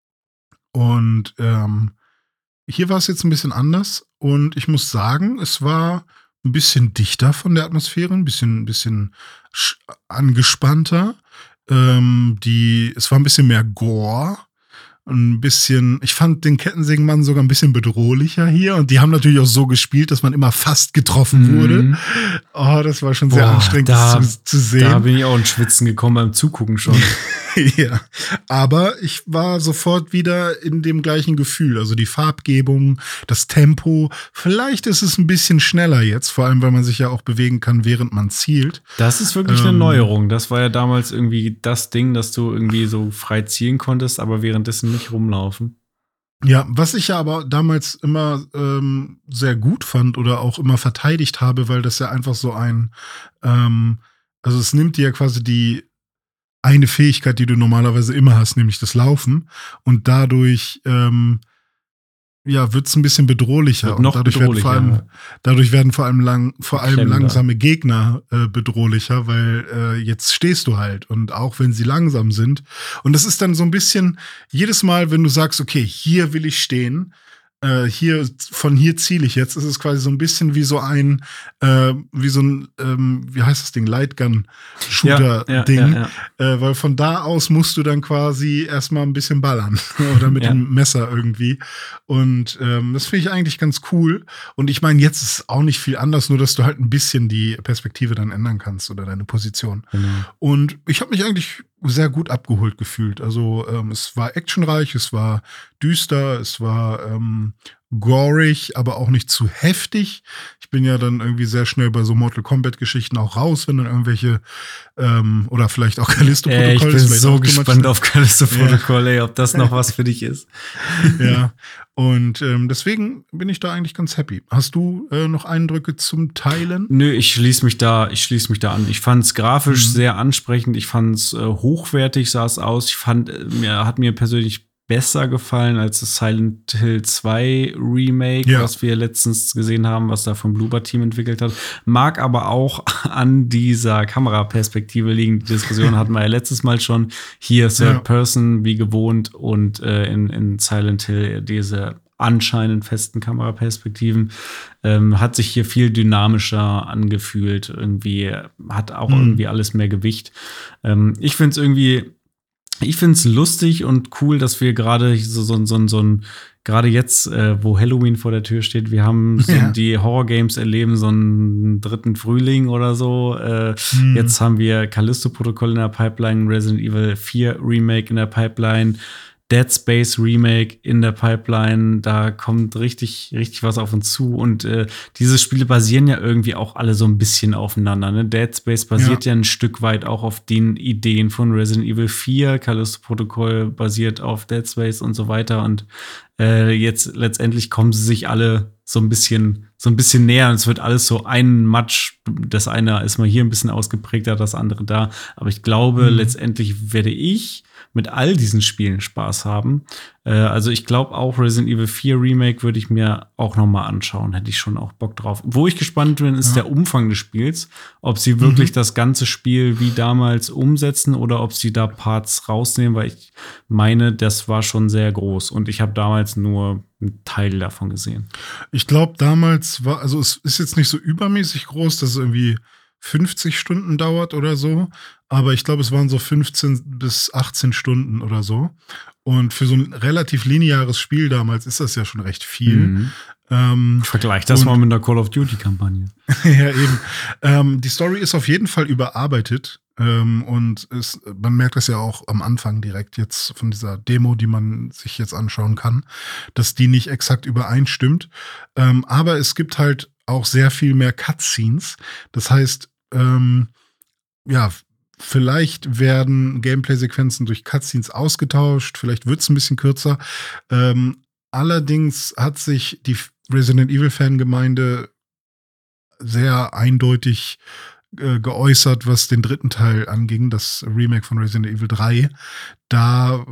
Und ähm, hier war es jetzt ein bisschen anders und ich muss sagen, es war ein bisschen dichter von der Atmosphäre, ein bisschen, ein bisschen angespannter. Ähm, die, es war ein bisschen mehr Gore. Ein bisschen, ich fand den Kettensägenmann sogar ein bisschen bedrohlicher hier und die haben natürlich auch so gespielt, dass man immer fast getroffen Mhm. wurde. Oh, das war schon sehr Boah, anstrengend da, zu, zu sehen. Da bin ich auch ins Schwitzen gekommen beim Zugucken schon. Ja, aber ich war sofort wieder in dem gleichen Gefühl. Also die Farbgebung, das Tempo. Vielleicht ist es ein bisschen schneller jetzt, vor allem, weil man sich ja auch bewegen kann, während man zielt. Das ist wirklich Ähm, eine Neuerung. Das war ja damals irgendwie das Ding, dass du irgendwie so frei zielen konntest, aber währenddessen nicht rumlaufen. Ja, was ich ja aber damals immer ähm, sehr gut fand oder auch immer verteidigt habe, weil das ja einfach so ein, ähm, also es nimmt dir ja quasi die eine Fähigkeit, die du normalerweise immer hast, nämlich das Laufen. Und dadurch, ähm, ja, wird es ein bisschen bedrohlicher. Wird noch und dadurch werden vor allem, bedrohlicher. dadurch werden vor allem lang, vor allem Beklemmender. langsame Gegner äh, bedrohlicher, weil äh, jetzt stehst du halt. Und auch wenn sie langsam sind. Und das ist dann so ein bisschen, jedes Mal, wenn du sagst, okay, hier will ich stehen, äh, hier, von hier ziele ich jetzt, ist es quasi so ein bisschen wie so ein, äh, wie so ein, ähm, wie heißt das Ding, Lightgun-Shooter-Ding. Ja, ja, ja, ja. Äh, weil von da aus musst du dann quasi erstmal ein bisschen ballern oder mit Ja. dem Messer irgendwie. Und ähm, das finde ich eigentlich ganz cool. Und ich meine, jetzt ist es auch nicht viel anders, nur dass du halt ein bisschen die Perspektive dann ändern kannst oder deine Position. Genau. Und ich habe mich eigentlich sehr gut abgeholt gefühlt. Also ähm, es war actionreich, es war düster, es war ähm, gorig, aber auch nicht zu heftig. Ich bin ja dann irgendwie sehr schnell bei so Mortal Kombat-Geschichten auch raus, wenn dann irgendwelche ähm, oder vielleicht auch Äh, ich Callisto-Protokoll. bin ist vielleicht so auch too much. gespannt auf Callisto-Protokoll, ey, ob das noch was für dich ist. Ja, und ähm, deswegen bin ich da eigentlich ganz happy. Hast du äh, noch Eindrücke zum Teilen? Nö, ich schließe mich da, ich schließe mich da an. Ich fand es grafisch Mhm. sehr ansprechend. Ich fand es äh, hochwertig, sah es aus. Ich fand, äh, mir hat mir persönlich besser gefallen als das Silent Hill zwei Remake, Ja. was wir letztens gesehen haben, was da vom Bloober Team entwickelt hat. Mag aber auch an dieser Kameraperspektive liegen. Die Diskussion hatten wir ja letztes Mal schon. Hier Third Ja. Person wie gewohnt und äh, in, in Silent Hill diese anscheinend festen Kameraperspektiven. Ähm, hat sich hier viel dynamischer angefühlt. Irgendwie hat auch Mhm. irgendwie alles mehr Gewicht. Ähm, ich finde es irgendwie Ich finde es lustig und cool, dass wir gerade so, so, so, so ein, gerade jetzt, äh, wo Halloween vor der Tür steht, wir haben so Ja. die Horror-Games erleben, so einen dritten Frühling oder so. Äh, Mhm. Jetzt haben wir Callisto-Protokoll in der Pipeline, Resident Evil vier Remake in der Pipeline, Dead Space Remake in der Pipeline, da kommt richtig, richtig was auf uns zu. Und äh, diese Spiele basieren ja irgendwie auch alle so ein bisschen aufeinander. Ne? Dead Space basiert ja. ja ein Stück weit auch auf den Ideen von Resident Evil vier, Callisto-Protokoll basiert auf Dead Space und so weiter. Und äh, jetzt letztendlich kommen sie sich alle so ein bisschen, so ein bisschen näher. Und es wird alles so ein Matsch. Das eine ist mal hier ein bisschen ausgeprägter, das andere da. Aber ich glaube, mhm. letztendlich werde ich mit all diesen Spielen Spaß haben. Äh, also ich glaube auch Resident Evil vier Remake würde ich mir auch noch mal anschauen. Hätte ich schon auch Bock drauf. Wo ich gespannt bin, ist ja. der Umfang des Spiels. Ob sie wirklich mhm. das ganze Spiel wie damals umsetzen oder ob sie da Parts rausnehmen, weil ich meine, das war schon sehr groß. Und ich habe damals nur einen Teil davon gesehen. Ich glaube, damals war, also es ist jetzt nicht so übermäßig groß, dass es irgendwie fünfzig Stunden dauert oder so, aber ich glaube, es waren so fünfzehn bis achtzehn Stunden oder so. Und für so ein relativ lineares Spiel damals ist das ja schon recht viel. Mhm. Ähm, Ich vergleiche das mal mit der Call of Duty-Kampagne. ja, eben. Ähm, die Story ist auf jeden Fall überarbeitet. Ähm, und es, man merkt das ja auch am Anfang direkt jetzt von dieser Demo, die man sich jetzt anschauen kann, dass die nicht exakt übereinstimmt. Ähm, aber es gibt halt auch sehr viel mehr Cutscenes. Das heißt, ähm, ja, vielleicht werden Gameplay-Sequenzen durch Cutscenes ausgetauscht, vielleicht wird es ein bisschen kürzer. Ähm, allerdings hat sich die Resident Evil-Fangemeinde sehr eindeutig äh, geäußert, was den dritten Teil anging, das Remake von Resident Evil drei. Da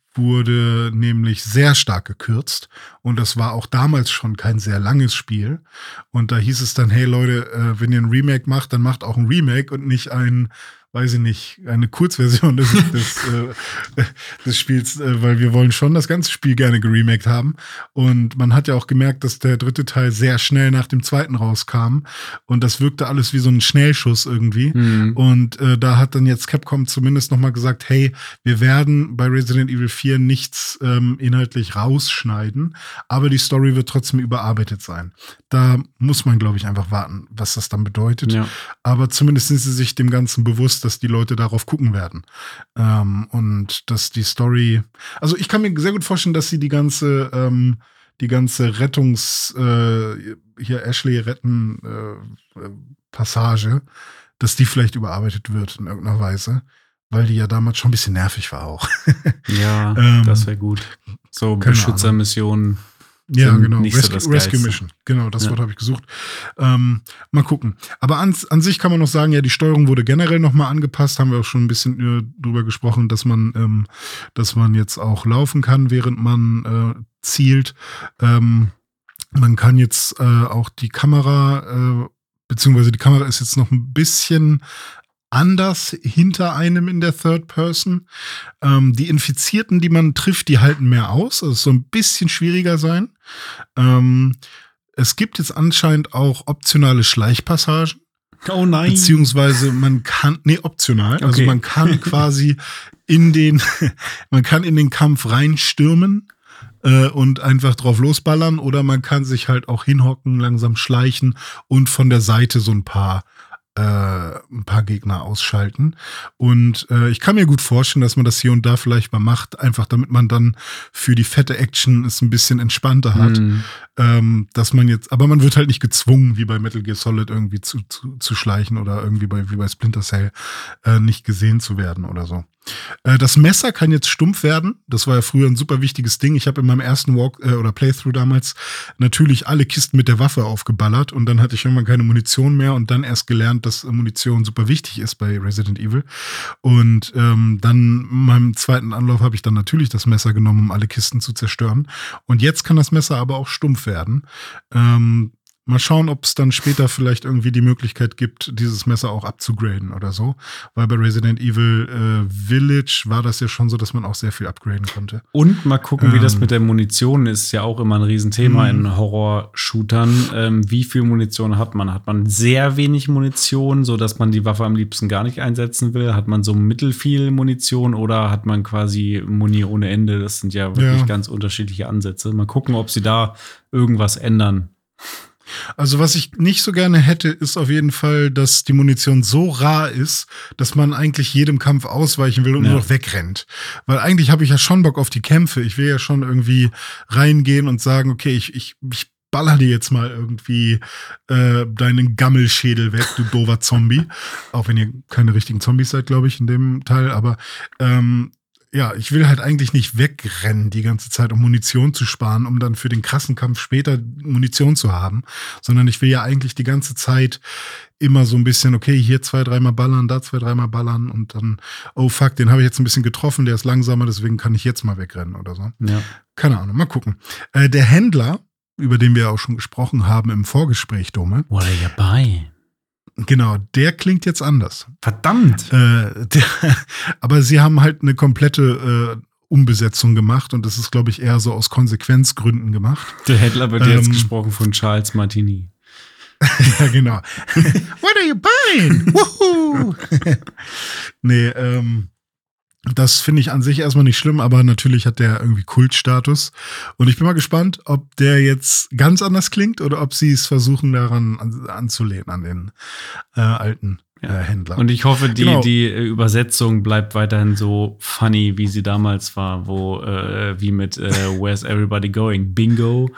wurde nämlich sehr stark gekürzt und das war auch damals schon kein sehr langes Spiel. Und da hieß es dann, hey Leute, äh, wenn ihr ein Remake macht, dann macht auch ein Remake und nicht ein, weiß ich nicht, eine Kurzversion des, des, äh, des Spiels, äh, weil wir wollen schon das ganze Spiel gerne geremaked haben. Und man hat ja auch gemerkt, dass der dritte Teil sehr schnell nach dem zweiten rauskam. Und das wirkte alles wie so ein Schnellschuss irgendwie. Mhm. Und äh, da hat dann jetzt Capcom zumindest nochmal gesagt, hey, wir werden bei Resident Evil vier nichts ähm, inhaltlich rausschneiden, aber die Story wird trotzdem überarbeitet sein. Da muss man, glaube ich, einfach warten, was das dann bedeutet. Ja. Aber zumindest sind sie sich dem Ganzen bewusst, dass die Leute darauf gucken werden. Ähm, und dass die Story, also ich kann mir sehr gut vorstellen, dass sie die ganze, ähm, die ganze Rettungs, äh, hier Ashley retten äh, Passage, dass die vielleicht überarbeitet wird in irgendeiner Weise, weil die ja damals schon ein bisschen nervig war auch. Ja, ähm, das wäre gut. So Beschützermissionen. Ja, genau. Rescue, so Rescue Mission. Genau, das ja. Wort habe ich gesucht. Ähm, mal gucken. Aber an, an sich kann man noch sagen, ja, die Steuerung wurde generell nochmal angepasst. Haben wir auch schon ein bisschen äh, drüber gesprochen, dass man, ähm, dass man jetzt auch laufen kann, während man äh, zielt. Ähm, man kann jetzt äh, auch die Kamera, äh, beziehungsweise die Kamera ist jetzt noch ein bisschen anders hinter einem in der Third Person. Ähm, die Infizierten, die man trifft, die halten mehr aus. Also es soll ein bisschen schwieriger sein. Ähm, es gibt jetzt anscheinend auch optionale Schleichpassagen. Oh nein. Beziehungsweise man kann, nee, optional. Okay. Also man kann quasi in den, man kann in den Kampf reinstürmen äh, und einfach drauf losballern. Oder man kann sich halt auch hinhocken, langsam schleichen und von der Seite so ein paar ein paar Gegner ausschalten. Und äh, ich kann mir gut vorstellen, dass man das hier und da vielleicht mal macht, einfach damit man dann für die fette Action es ein bisschen entspannter hat. Mm. Ähm, dass man jetzt, aber man wird halt nicht gezwungen, wie bei Metal Gear Solid irgendwie zu, zu, zu schleichen oder irgendwie bei, wie bei Splinter Cell äh, nicht gesehen zu werden oder so. Äh, das Messer kann jetzt stumpf werden. Das war ja früher ein super wichtiges Ding. Ich habe in meinem ersten Walk äh, oder Playthrough damals natürlich alle Kisten mit der Waffe aufgeballert und dann hatte ich irgendwann keine Munition mehr und dann erst gelernt, dass Munition super wichtig ist bei Resident Evil. Und ähm, dann in meinem zweiten Anlauf habe ich dann natürlich das Messer genommen, um alle Kisten zu zerstören. Und jetzt kann das Messer aber auch stumpf werden. Ähm, Mal schauen, ob es dann später vielleicht irgendwie die Möglichkeit gibt, dieses Messer auch abzugraden oder so. Weil bei Resident Evil äh, Village war das ja schon so, dass man auch sehr viel upgraden konnte. Und mal gucken, ähm, wie das mit der Munition ist. Ist ja auch immer ein Riesenthema in Horror-Shootern. Ähm, wie viel Munition hat man? Hat man sehr wenig Munition, sodass man die Waffe am liebsten gar nicht einsetzen will? Hat man so mittelfiel Munition oder hat man quasi Muni ohne Ende? Das sind ja wirklich ja. ganz unterschiedliche Ansätze. Mal gucken, ob sie da irgendwas ändern. Also was ich nicht so gerne hätte, ist auf jeden Fall, dass die Munition so rar ist, dass man eigentlich jedem Kampf ausweichen will und ja. nur noch wegrennt. Weil eigentlich habe ich ja schon Bock auf die Kämpfe. Ich will ja schon irgendwie reingehen und sagen, okay, ich, ich, ich baller dir jetzt mal irgendwie äh, deinen Gammelschädel weg, du doofer Zombie. Auch wenn ihr keine richtigen Zombies seid, glaube ich, in dem Teil. Aber ähm, ja, ich will halt eigentlich nicht wegrennen die ganze Zeit, um Munition zu sparen, um dann für den krassen Kampf später Munition zu haben, sondern ich will ja eigentlich die ganze Zeit immer so ein bisschen, okay, hier zwei, dreimal ballern, da zwei, dreimal ballern und dann, oh fuck, den habe ich jetzt ein bisschen getroffen, der ist langsamer, deswegen kann ich jetzt mal wegrennen oder so. Ja. Keine Ahnung, mal gucken. Äh, der Händler, über den wir auch schon gesprochen haben im Vorgespräch, Dome. What are you buying? Genau, der klingt jetzt anders. Verdammt! Äh, der, aber sie haben halt eine komplette äh, Umbesetzung gemacht und das ist, glaube ich, eher so aus Konsequenzgründen gemacht. Der Händler wird Ähm, jetzt gesprochen von Charles Martini. Ja, genau. What are you buying? Woohoo! Nee, ähm, das finde ich an sich erstmal nicht schlimm, aber natürlich hat der irgendwie Kultstatus. Und ich bin mal gespannt, ob der jetzt ganz anders klingt oder ob sie es versuchen, daran an, anzulehnen, an den äh, alten äh, Händler. Und ich hoffe, die, Genau. die äh, Übersetzung bleibt weiterhin so funny, wie sie damals war, wo äh, wie mit äh, Where's Everybody Going? Bingo.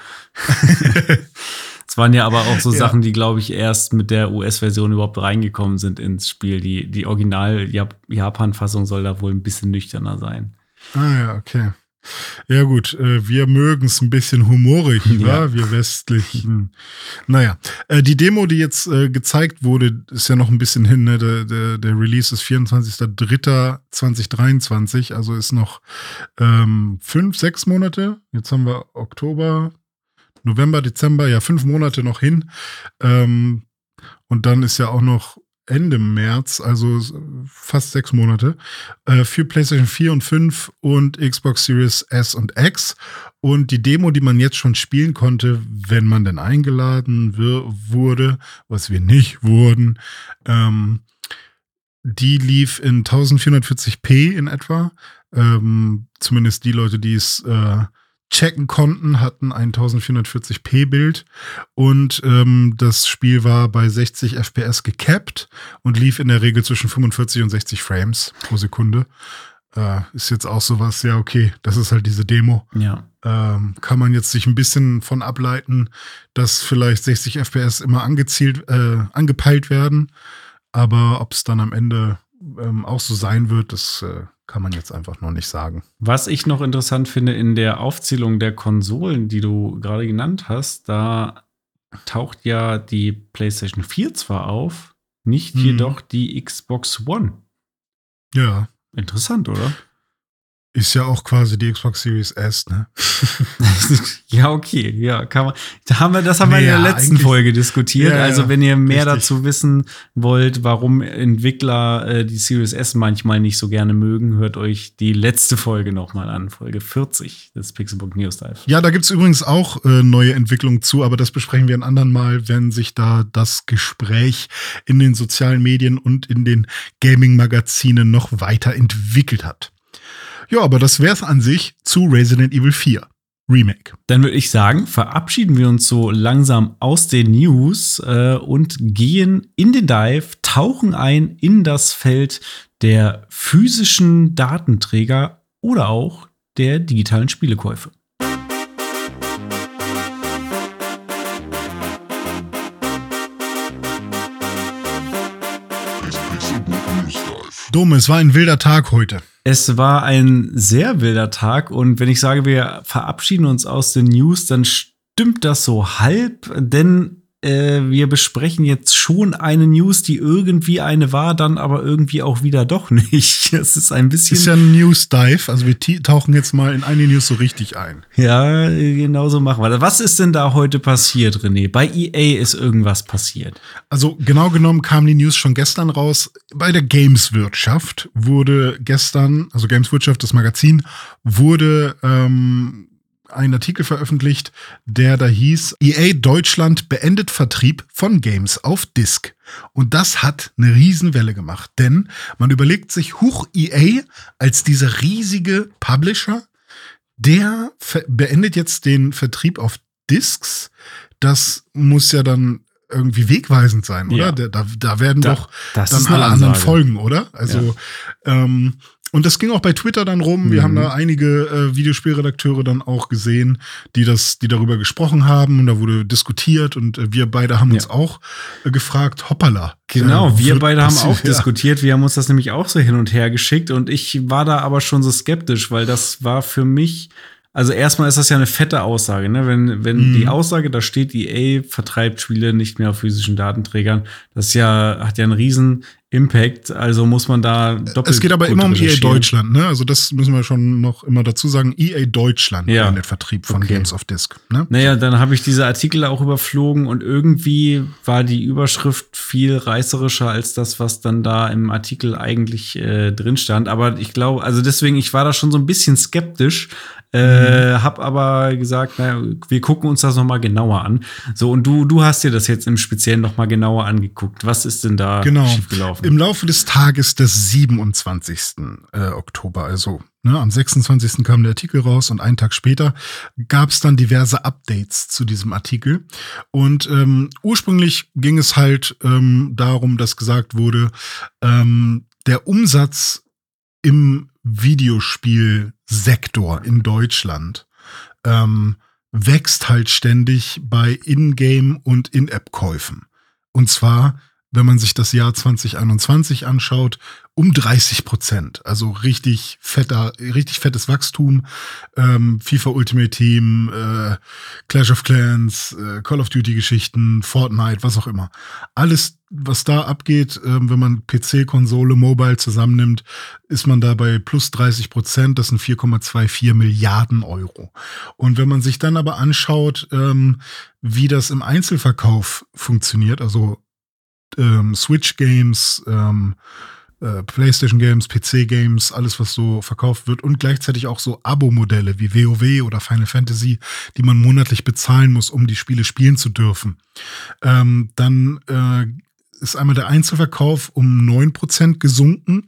Es waren ja aber auch so Ja. Sachen, die, glaube ich, erst mit der U S-Version überhaupt reingekommen sind ins Spiel. Die, die Original-Japan-Fassung soll da wohl ein bisschen nüchterner sein. Ah ja, okay. Ja gut, äh, wir mögen es ein bisschen humorig, Ja. wa? Wir Westlichen. Naja, äh, die Demo, die jetzt äh, gezeigt wurde, ist ja noch ein bisschen hin. Ne? Der, der, der Release ist vierundzwanzigster dritter zweitausenddreiundzwanzig, also ist noch ähm, fünf, sechs Monate. Jetzt haben wir Oktober, November, Dezember, ja fünf Monate noch hin. Ähm, und dann ist ja auch noch Ende März, also fast sechs Monate, äh, für PlayStation vier und fünf und Xbox Series S und X. Und die Demo, die man jetzt schon spielen konnte, wenn man denn eingeladen wir- wurde, was wir nicht wurden, ähm, die lief in vierzehnhundertvierzig p in etwa. Ähm, zumindest die Leute, die es äh, checken konnten, hatten ein vierzehnhundertvierzig p Bild und ähm, das Spiel war bei sechzig F P S gecapped und lief in der Regel zwischen fünfundvierzig und sechzig Frames pro Sekunde. Äh, ist jetzt auch sowas, ja okay, das ist halt diese Demo. Ja. Ähm, kann man jetzt sich ein bisschen von ableiten, dass vielleicht sechzig F P S immer angezielt, äh, angepeilt werden, aber ob es dann am Ende ähm, auch so sein wird, das äh, kann man jetzt einfach noch nicht sagen. Was ich noch interessant finde in der Aufzählung der Konsolen, die du gerade genannt hast, da taucht ja die PlayStation vier zwar auf, nicht Mhm. jedoch die Xbox One. Ja, Interessant, oder? ist ja auch quasi die Xbox Series S, ne? Ja, okay, ja, kann man. Da haben wir, das haben wir in Nee, der ja, letzten eigentlich- Folge diskutiert. Ja, ja, also, wenn ihr mehr richtig. dazu wissen wollt, warum Entwickler äh, die Series S manchmal nicht so gerne mögen, hört euch die letzte Folge nochmal an, Folge vierzig des Pixelbook News Dive. Ja, da gibt's übrigens auch äh, neue Entwicklungen zu, aber das besprechen wir ein andern Mal, wenn sich da das Gespräch in den sozialen Medien und in den Gaming-Magazinen noch weiterentwickelt hat. Ja, aber das wär's an sich zu Resident Evil vier Remake. Dann würde ich sagen, verabschieden wir uns so langsam aus den News äh, und gehen in den Dive, tauchen ein in das Feld der physischen Datenträger oder auch der digitalen Spielekäufe. Dome, es war ein wilder Tag heute. Es war ein sehr wilder Tag und wenn ich sage, wir verabschieden uns aus den News, dann stimmt das so halb, denn äh, wir besprechen jetzt schon eine News, die irgendwie eine war, dann aber irgendwie auch wieder doch nicht. Es ist ein bisschen. Ist ja ein News-Dive, also wir ti- tauchen jetzt mal in eine News so richtig ein. Ja, genau so machen wir das. Was ist denn da heute passiert, René? Bei E A ist irgendwas passiert. Also genau genommen kam die News schon gestern raus. Bei der Gameswirtschaft wurde gestern, also Gameswirtschaft, das Magazin, wurde ähm, ein Artikel veröffentlicht, der da hieß, E A Deutschland beendet Vertrieb von Games auf Disk. Und das hat eine Riesenwelle gemacht, denn man überlegt sich, huch, E A als dieser riesige Publisher, der ver- beendet jetzt den Vertrieb auf Disks. Das muss ja dann irgendwie wegweisend sein, oder? Ja. Da, da, da werden Da- doch das dann ist eine alle anderen Ansage. folgen, oder? Also, ähm, und das ging auch bei Twitter dann rum. Wir Mhm. haben da einige äh, Videospielredakteure dann auch gesehen, die das, die darüber gesprochen haben und da wurde diskutiert und äh, wir beide haben uns Ja. auch äh, gefragt, hoppala. Genau, äh, wir wird beide haben passieren? auch diskutiert. Wir haben uns das nämlich auch so hin und her geschickt und ich war da aber schon so skeptisch, weil das war für mich, also erstmal ist das ja eine fette Aussage, ne? Wenn, wenn Mhm. die Aussage, da steht, E A vertreibt Spiele nicht mehr auf physischen Datenträgern, das ist ja, hat ja einen riesen Impact, also muss man da doppelt. Es geht aber immer um E A recherchieren. Deutschland, ne? Also das müssen wir schon noch immer dazu sagen. E A Deutschland Ja. beendet Vertrieb von Okay. Games of Disc. Ne? Naja, dann habe ich diese Artikel auch überflogen und irgendwie war die Überschrift viel reißerischer als das, was dann da im Artikel eigentlich äh, drin stand. Aber ich glaube, also deswegen, ich war da schon so ein bisschen skeptisch, äh, hab aber gesagt, naja, wir gucken uns das noch mal genauer an. So, und du, du hast dir das jetzt im Speziellen noch mal genauer angeguckt. Was ist denn da Genau. schiefgelaufen? Im Laufe des Tages des siebenundzwanzigsten Äh, Oktober, also ne, am sechsundzwanzigsten kam der Artikel raus und einen Tag später gab es dann diverse Updates zu diesem Artikel. Und ähm, ursprünglich ging es halt ähm, darum, dass gesagt wurde, ähm, der Umsatz im Videospielsektor in Deutschland ähm, wächst halt ständig bei Ingame- und In-App-Käufen. Und zwar, wenn man sich das Jahr zwanzig einundzwanzig anschaut, um dreißig Prozent. Also richtig fetter, richtig fettes Wachstum. Ähm, FIFA Ultimate Team, äh, Clash of Clans, äh, Call of Duty Geschichten, Fortnite, was auch immer. Alles, was da abgeht, ähm, wenn man P C, Konsole, Mobile zusammennimmt, ist man da bei plus dreißig Prozent. Das sind vier Komma vierundzwanzig Milliarden Euro. Und wenn man sich dann aber anschaut, ähm, wie das im Einzelverkauf funktioniert, also ähm, Switch-Games, ähm, äh, PlayStation-Games, P C-Games, alles, was so verkauft wird und gleichzeitig auch so Abo-Modelle wie WoW oder Final Fantasy, die man monatlich bezahlen muss, um die Spiele spielen zu dürfen. Ähm, dann äh, ist einmal der Einzelverkauf um neun Prozent gesunken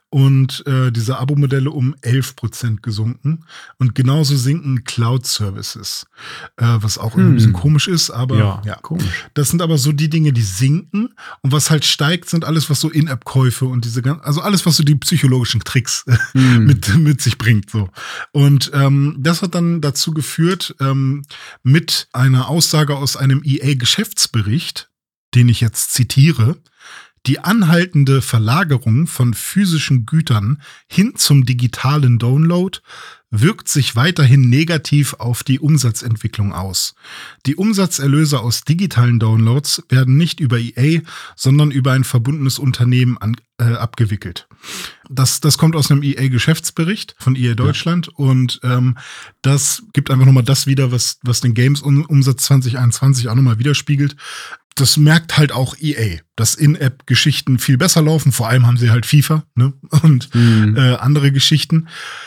und äh, diese Abo-Modelle um elf Prozent gesunken. Und genauso sinken Cloud-Services, äh, was auch Hm. ein bisschen komisch ist, aber ja, ja. komisch. Das sind aber so die Dinge, die sinken. Und was halt steigt, sind alles, was so In-App-Käufe und diese ganzen, also alles, was so die psychologischen Tricks Hm. mit, mit sich bringt. So. Und ähm, das hat dann dazu geführt, ähm, mit einer Aussage aus einem E A-Geschäftsbericht, den ich jetzt zitiere, die anhaltende Verlagerung von physischen Gütern hin zum digitalen Download wirkt sich weiterhin negativ auf die Umsatzentwicklung aus. Die Umsatzerlöse aus digitalen Downloads werden nicht über E A, sondern über ein verbundenes Unternehmen an, äh, abgewickelt. Das, das kommt aus einem E A-Geschäftsbericht von E A Deutschland ja. und ähm, das gibt einfach nochmal das wieder, was, was den Games-Umsatz zwanzig einundzwanzig auch nochmal widerspiegelt. Das merkt halt auch E A, dass In-App-Geschichten viel besser laufen. Vor allem haben sie halt FIFA, ne? Und Mhm. äh, andere Geschichten.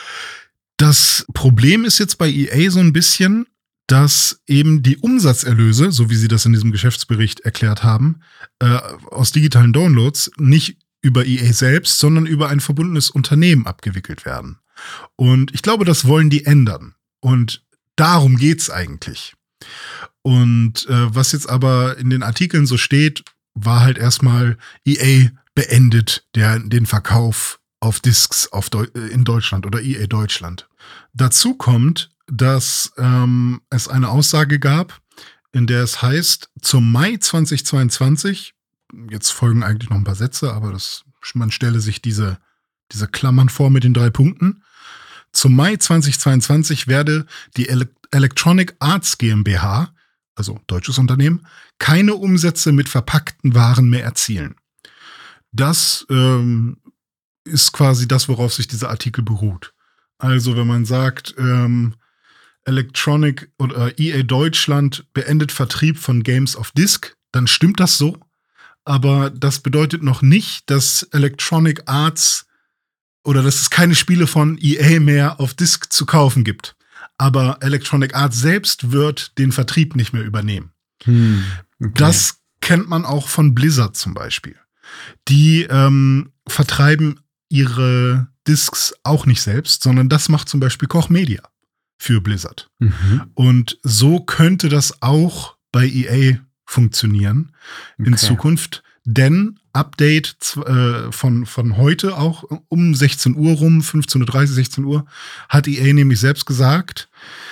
Das Problem ist jetzt bei E A so ein bisschen, dass eben die Umsatzerlöse, so wie sie das in diesem Geschäftsbericht erklärt haben, äh, aus digitalen Downloads nicht über E A selbst, sondern über ein verbundenes Unternehmen abgewickelt werden. Und ich glaube, das wollen die ändern. Und darum geht's eigentlich. Und äh, was jetzt aber in den Artikeln so steht, war halt erstmal E A beendet der, den Verkauf auf Discs auf Deu- in Deutschland oder E A Deutschland. Dazu kommt, dass ähm, es eine Aussage gab, in der es heißt, zum Mai zweitausendzweiundzwanzig, jetzt folgen eigentlich noch ein paar Sätze, aber das, man stelle sich diese, diese Klammern vor mit den drei Punkten. Zum Mai zweitausendzweiundzwanzig werde die Ele- Electronic Arts GmbH, also deutsches Unternehmen, keine Umsätze mit verpackten Waren mehr erzielen. Das ähm, ist quasi das, worauf sich dieser Artikel beruht. Also wenn man sagt, ähm, Electronic oder E A Deutschland beendet Vertrieb von Games of Disc, dann stimmt das so. Aber das bedeutet noch nicht, dass Electronic Arts oder dass es keine Spiele von E A mehr auf Disc zu kaufen gibt. Aber Electronic Arts selbst wird den Vertrieb nicht mehr übernehmen. Hm. Okay. Das kennt man auch von Blizzard zum Beispiel. Die ähm, vertreiben ihre Discs auch nicht selbst, sondern das macht zum Beispiel Koch Media für Blizzard. Mhm. Und so könnte das auch bei E A funktionieren in Okay. Zukunft. Denn Update äh, von, von heute auch um sechzehn Uhr rum, fünfzehn Uhr dreißig, sechzehn Uhr, hat E A nämlich selbst gesagt,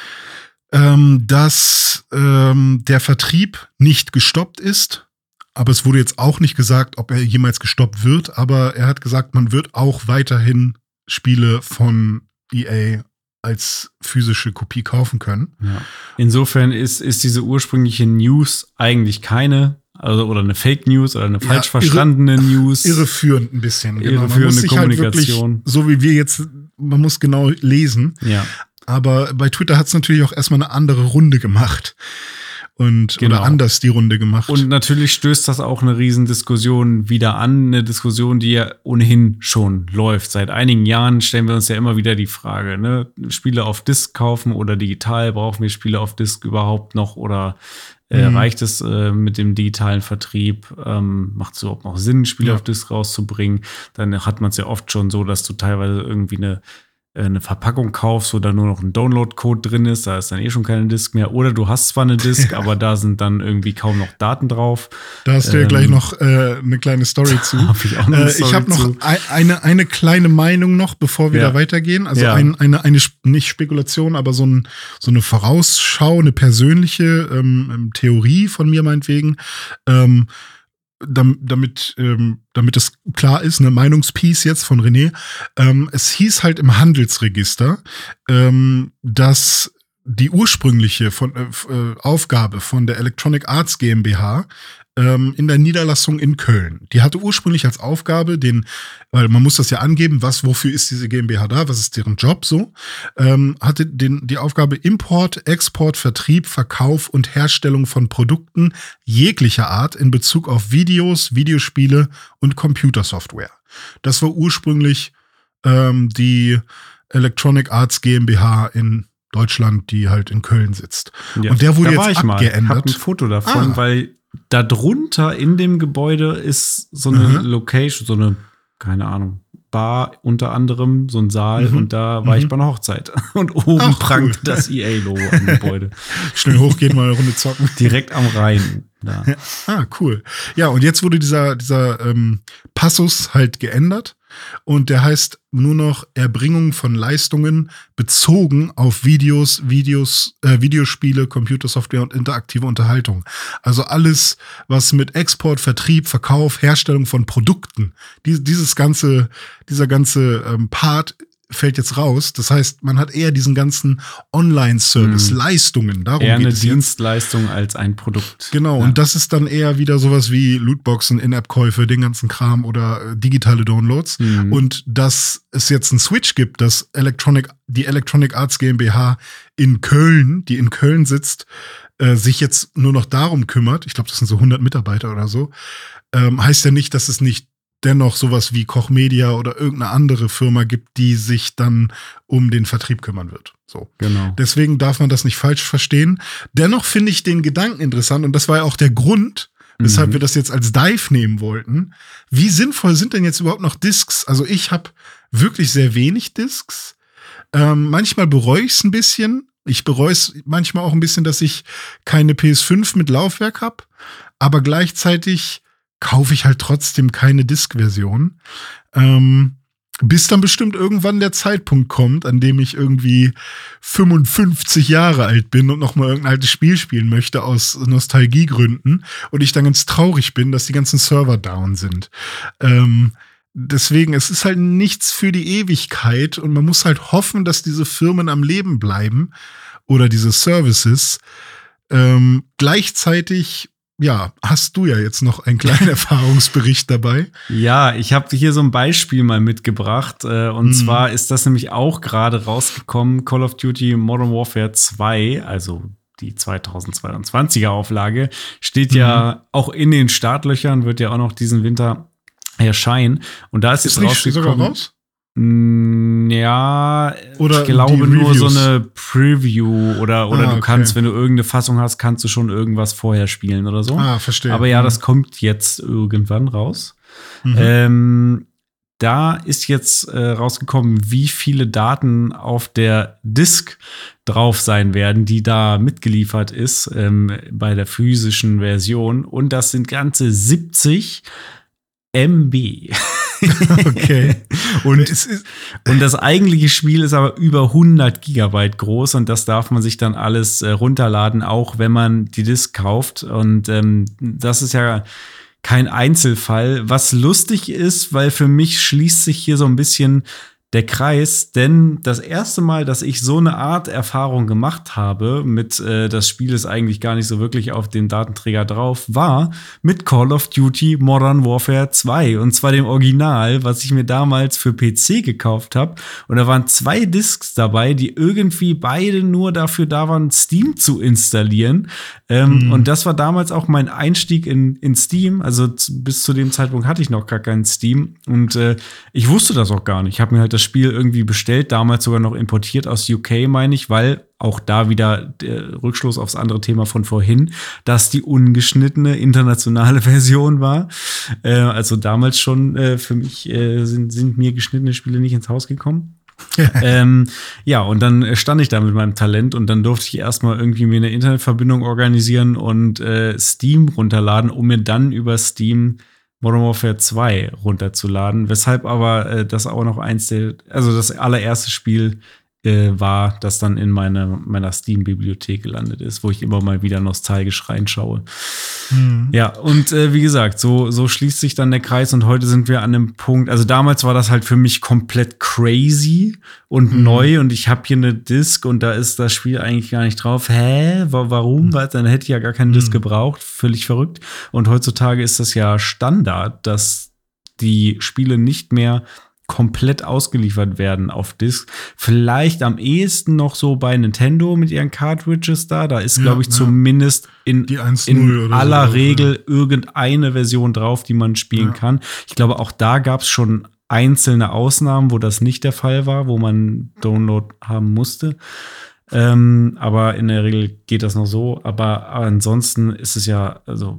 ähm, dass ähm, der Vertrieb nicht gestoppt ist. Aber es wurde jetzt auch nicht gesagt, ob er jemals gestoppt wird. Aber er hat gesagt, man wird auch weiterhin Spiele von E A als physische Kopie kaufen können. Ja. Insofern ist, ist diese ursprüngliche News eigentlich keine also oder eine Fake News oder eine Ja, falsch verstandene irre, News. Irreführend ein bisschen. Genau. Man Irreführende muss sich Kommunikation. Halt wirklich, so wie wir jetzt, man muss genau lesen. Ja. Aber bei Twitter hat es natürlich auch erstmal eine andere Runde gemacht. Und Genau. oder anders die Runde gemacht. Und natürlich stößt das auch eine Riesendiskussion wieder an, eine Diskussion, die ja ohnehin schon läuft. Seit einigen Jahren stellen wir uns ja immer wieder die Frage, ne, Spiele auf Disk kaufen oder digital, brauchen wir Spiele auf Disk überhaupt noch oder äh, Mhm. reicht es äh, mit dem digitalen Vertrieb? Ähm, macht es überhaupt noch Sinn, Spiele Ja. auf Disk rauszubringen? Dann hat man es ja oft schon so, dass du teilweise irgendwie eine eine Verpackung kaufst, wo da nur noch ein Download-Code drin ist, da ist dann eh schon keine Disk mehr. Oder du hast zwar eine Disk, aber da sind dann irgendwie kaum noch Daten drauf. Da hast du ja ähm, gleich noch äh, eine kleine Story zu. Hab ich auch noch eine äh, Story ich habe noch zu. ein, eine, eine kleine Meinung noch, bevor wir Ja. da weitergehen. Also Ja. ein, eine, eine, nicht Spekulation, aber so, ein, so eine Vorausschau, eine persönliche ähm, Theorie von mir meinetwegen. Ähm, Damit, damit, ähm, damit es klar ist, eine Meinungspiece jetzt von René. Ähm, es hieß halt im Handelsregister, ähm, dass die ursprüngliche von, äh, Aufgabe von der Electronic Arts GmbH ähm, in der Niederlassung in Köln, die hatte ursprünglich als Aufgabe den, weil man muss das ja angeben, was, wofür ist diese GmbH da, was ist deren Job so, ähm, hatte den, die Aufgabe Import, Export, Vertrieb, Verkauf und Herstellung von Produkten jeglicher Art in Bezug auf Videos, Videospiele und Computersoftware. Das war ursprünglich ähm, die Electronic Arts GmbH in Deutschland, die halt in Köln sitzt. Ja, und der wurde da war jetzt ich mal. Ich habe abgeändert. ein Foto davon, Ah. weil da drunter in dem Gebäude ist so eine Mhm. Location, so eine, keine Ahnung, Bar unter anderem, so ein Saal. Mhm. Und da war Mhm. ich bei einer Hochzeit. Und oben Ach, prangt cool. das E A-Logo am Gebäude. Schnell hochgehen, mal eine Runde zocken. Direkt am Rhein. Da. Ah, cool. Ja, und jetzt wurde dieser, dieser ähm, Passus halt geändert. Und der heißt nur noch Erbringung von Leistungen bezogen auf Videos, Videos, äh, Videospiele, Computersoftware und interaktive Unterhaltung. Also alles, was mit Export, Vertrieb, Verkauf, Herstellung von Produkten, die, dieses ganze, dieser ganze ähm, Part fällt jetzt raus. Das heißt, man hat eher diesen ganzen Online-Service, Mhm. Leistungen. Darum Eher geht eine es jetzt. Dienstleistung als ein Produkt. Genau, Ja. und das ist dann eher wieder sowas wie Lootboxen, In-App-Käufe, den ganzen Kram oder äh, digitale Downloads. Mhm. Und dass es jetzt einen Switch gibt, dass Electronic, die Electronic Arts GmbH in Köln, die in Köln sitzt, äh, sich jetzt nur noch darum kümmert, ich glaube, das sind so hundert Mitarbeiter oder so, ähm, heißt ja nicht, dass es nicht dennoch sowas wie Koch Media oder irgendeine andere Firma gibt, die sich dann um den Vertrieb kümmern wird. So. Genau. Deswegen darf man das nicht falsch verstehen. Dennoch finde ich den Gedanken interessant und das war ja auch der Grund, weshalb Mhm. wir das jetzt als Dive nehmen wollten. Wie sinnvoll sind denn jetzt überhaupt noch Discs? Also ich habe wirklich sehr wenig Discs. Ähm, manchmal bereue ich es ein bisschen. Ich bereue es manchmal auch ein bisschen, dass ich keine P S fünf mit Laufwerk habe. Aber gleichzeitig kaufe ich halt trotzdem keine Disk-Version. Ähm, bis dann bestimmt irgendwann der Zeitpunkt kommt, an dem ich irgendwie fünfundfünfzig Jahre alt bin und noch mal irgendein altes Spiel spielen möchte aus Nostalgiegründen und ich dann ganz traurig bin, dass die ganzen Server down sind. Ähm, deswegen, es ist halt nichts für die Ewigkeit und man muss halt hoffen, dass diese Firmen am Leben bleiben oder diese Services. Ähm, gleichzeitig ja, hast du ja jetzt noch einen kleinen Erfahrungsbericht dabei. Ja, ich habe hier so ein Beispiel mal mitgebracht. Äh, und Mhm. zwar ist das nämlich auch gerade rausgekommen, Call of Duty Modern Warfare zwei, also die zweitausendzweiundzwanziger Auflage, steht ja auch in den Startlöchern, wird ja auch noch diesen Winter erscheinen. Und da ist, Ist jetzt nicht sogar rausgekommen. raus? Mm, Ja, Oder ich glaube die nur so Reviews? eine Preview oder, oder Ah, du okay. kannst, wenn du irgendeine Fassung hast, kannst du schon irgendwas vorher spielen oder so. Ah, verstehe. Aber ja, Mhm. das kommt jetzt irgendwann raus. Mhm. Ähm, da ist jetzt äh, rausgekommen, wie viele Daten auf der Disk drauf sein werden, die da mitgeliefert ist ähm, bei der physischen Version. Und das sind ganze siebzig Megabyte. Okay. Und, Es ist, und das eigentliche Spiel ist aber über hundert Gigabyte groß und das darf man sich dann alles äh, runterladen, auch wenn man die Disk kauft. Und ähm, das ist ja kein Einzelfall, was lustig ist, weil für mich schließt sich hier so ein bisschen der Kreis, denn das erste Mal, dass ich so eine Art Erfahrung gemacht habe mit, äh, das Spiel ist eigentlich gar nicht so wirklich auf dem Datenträger drauf, war mit Call of Duty Modern Warfare zwei. Und zwar dem Original, was ich mir damals für P C gekauft habe. Und da waren zwei Discs dabei, die irgendwie beide nur dafür da waren, Steam zu installieren. Ähm, mhm. Und das war damals auch mein Einstieg in, in Steam. Also z- bis zu dem Zeitpunkt hatte ich noch gar keinen Steam. Und äh, ich wusste das auch gar nicht. Ich habe mir halt das Spiel irgendwie bestellt, damals sogar noch importiert aus U K, meine ich, weil auch da wieder der Rückschluss aufs andere Thema von vorhin, dass die ungeschnittene internationale Version war. Äh, also damals schon äh, für mich äh, sind, sind mir geschnittene Spiele nicht ins Haus gekommen. ähm, ja, und dann stand ich da mit meinem Talent und dann durfte ich erstmal irgendwie mir eine Internetverbindung organisieren und äh, Steam runterladen, um mir dann über Steam Modern Warfare zwei runterzuladen, weshalb aber äh, das auch noch eins der, also das allererste Spiel äh, war, das dann in meine, meiner Steam-Bibliothek gelandet ist, wo ich immer mal wieder nostalgisch reinschaue. Mhm. Ja, und äh, wie gesagt, so, so schließt sich dann der Kreis und heute sind wir an einem Punkt, also damals war das halt für mich komplett crazy und mhm. neu und ich habe hier eine Disc und da ist das Spiel eigentlich gar nicht drauf. Hä? Warum? Mhm. Weil dann hätte ich ja gar keine Disc mhm. gebraucht. Völlig verrückt. Und heutzutage ist das ja Standard, dass die Spiele nicht mehr komplett ausgeliefert werden auf Disc. Vielleicht am ehesten noch so bei Nintendo mit ihren Cartridges da. Da ist, ja, glaube ich, ja. zumindest in, in aller so Regel ja. irgendeine Version drauf, die man spielen ja. kann. Ich glaube, auch da gab es schon einzelne Ausnahmen, wo das nicht der Fall war, wo man Download haben musste. Ähm, aber in der Regel geht das noch so. Aber ansonsten ist es ja, also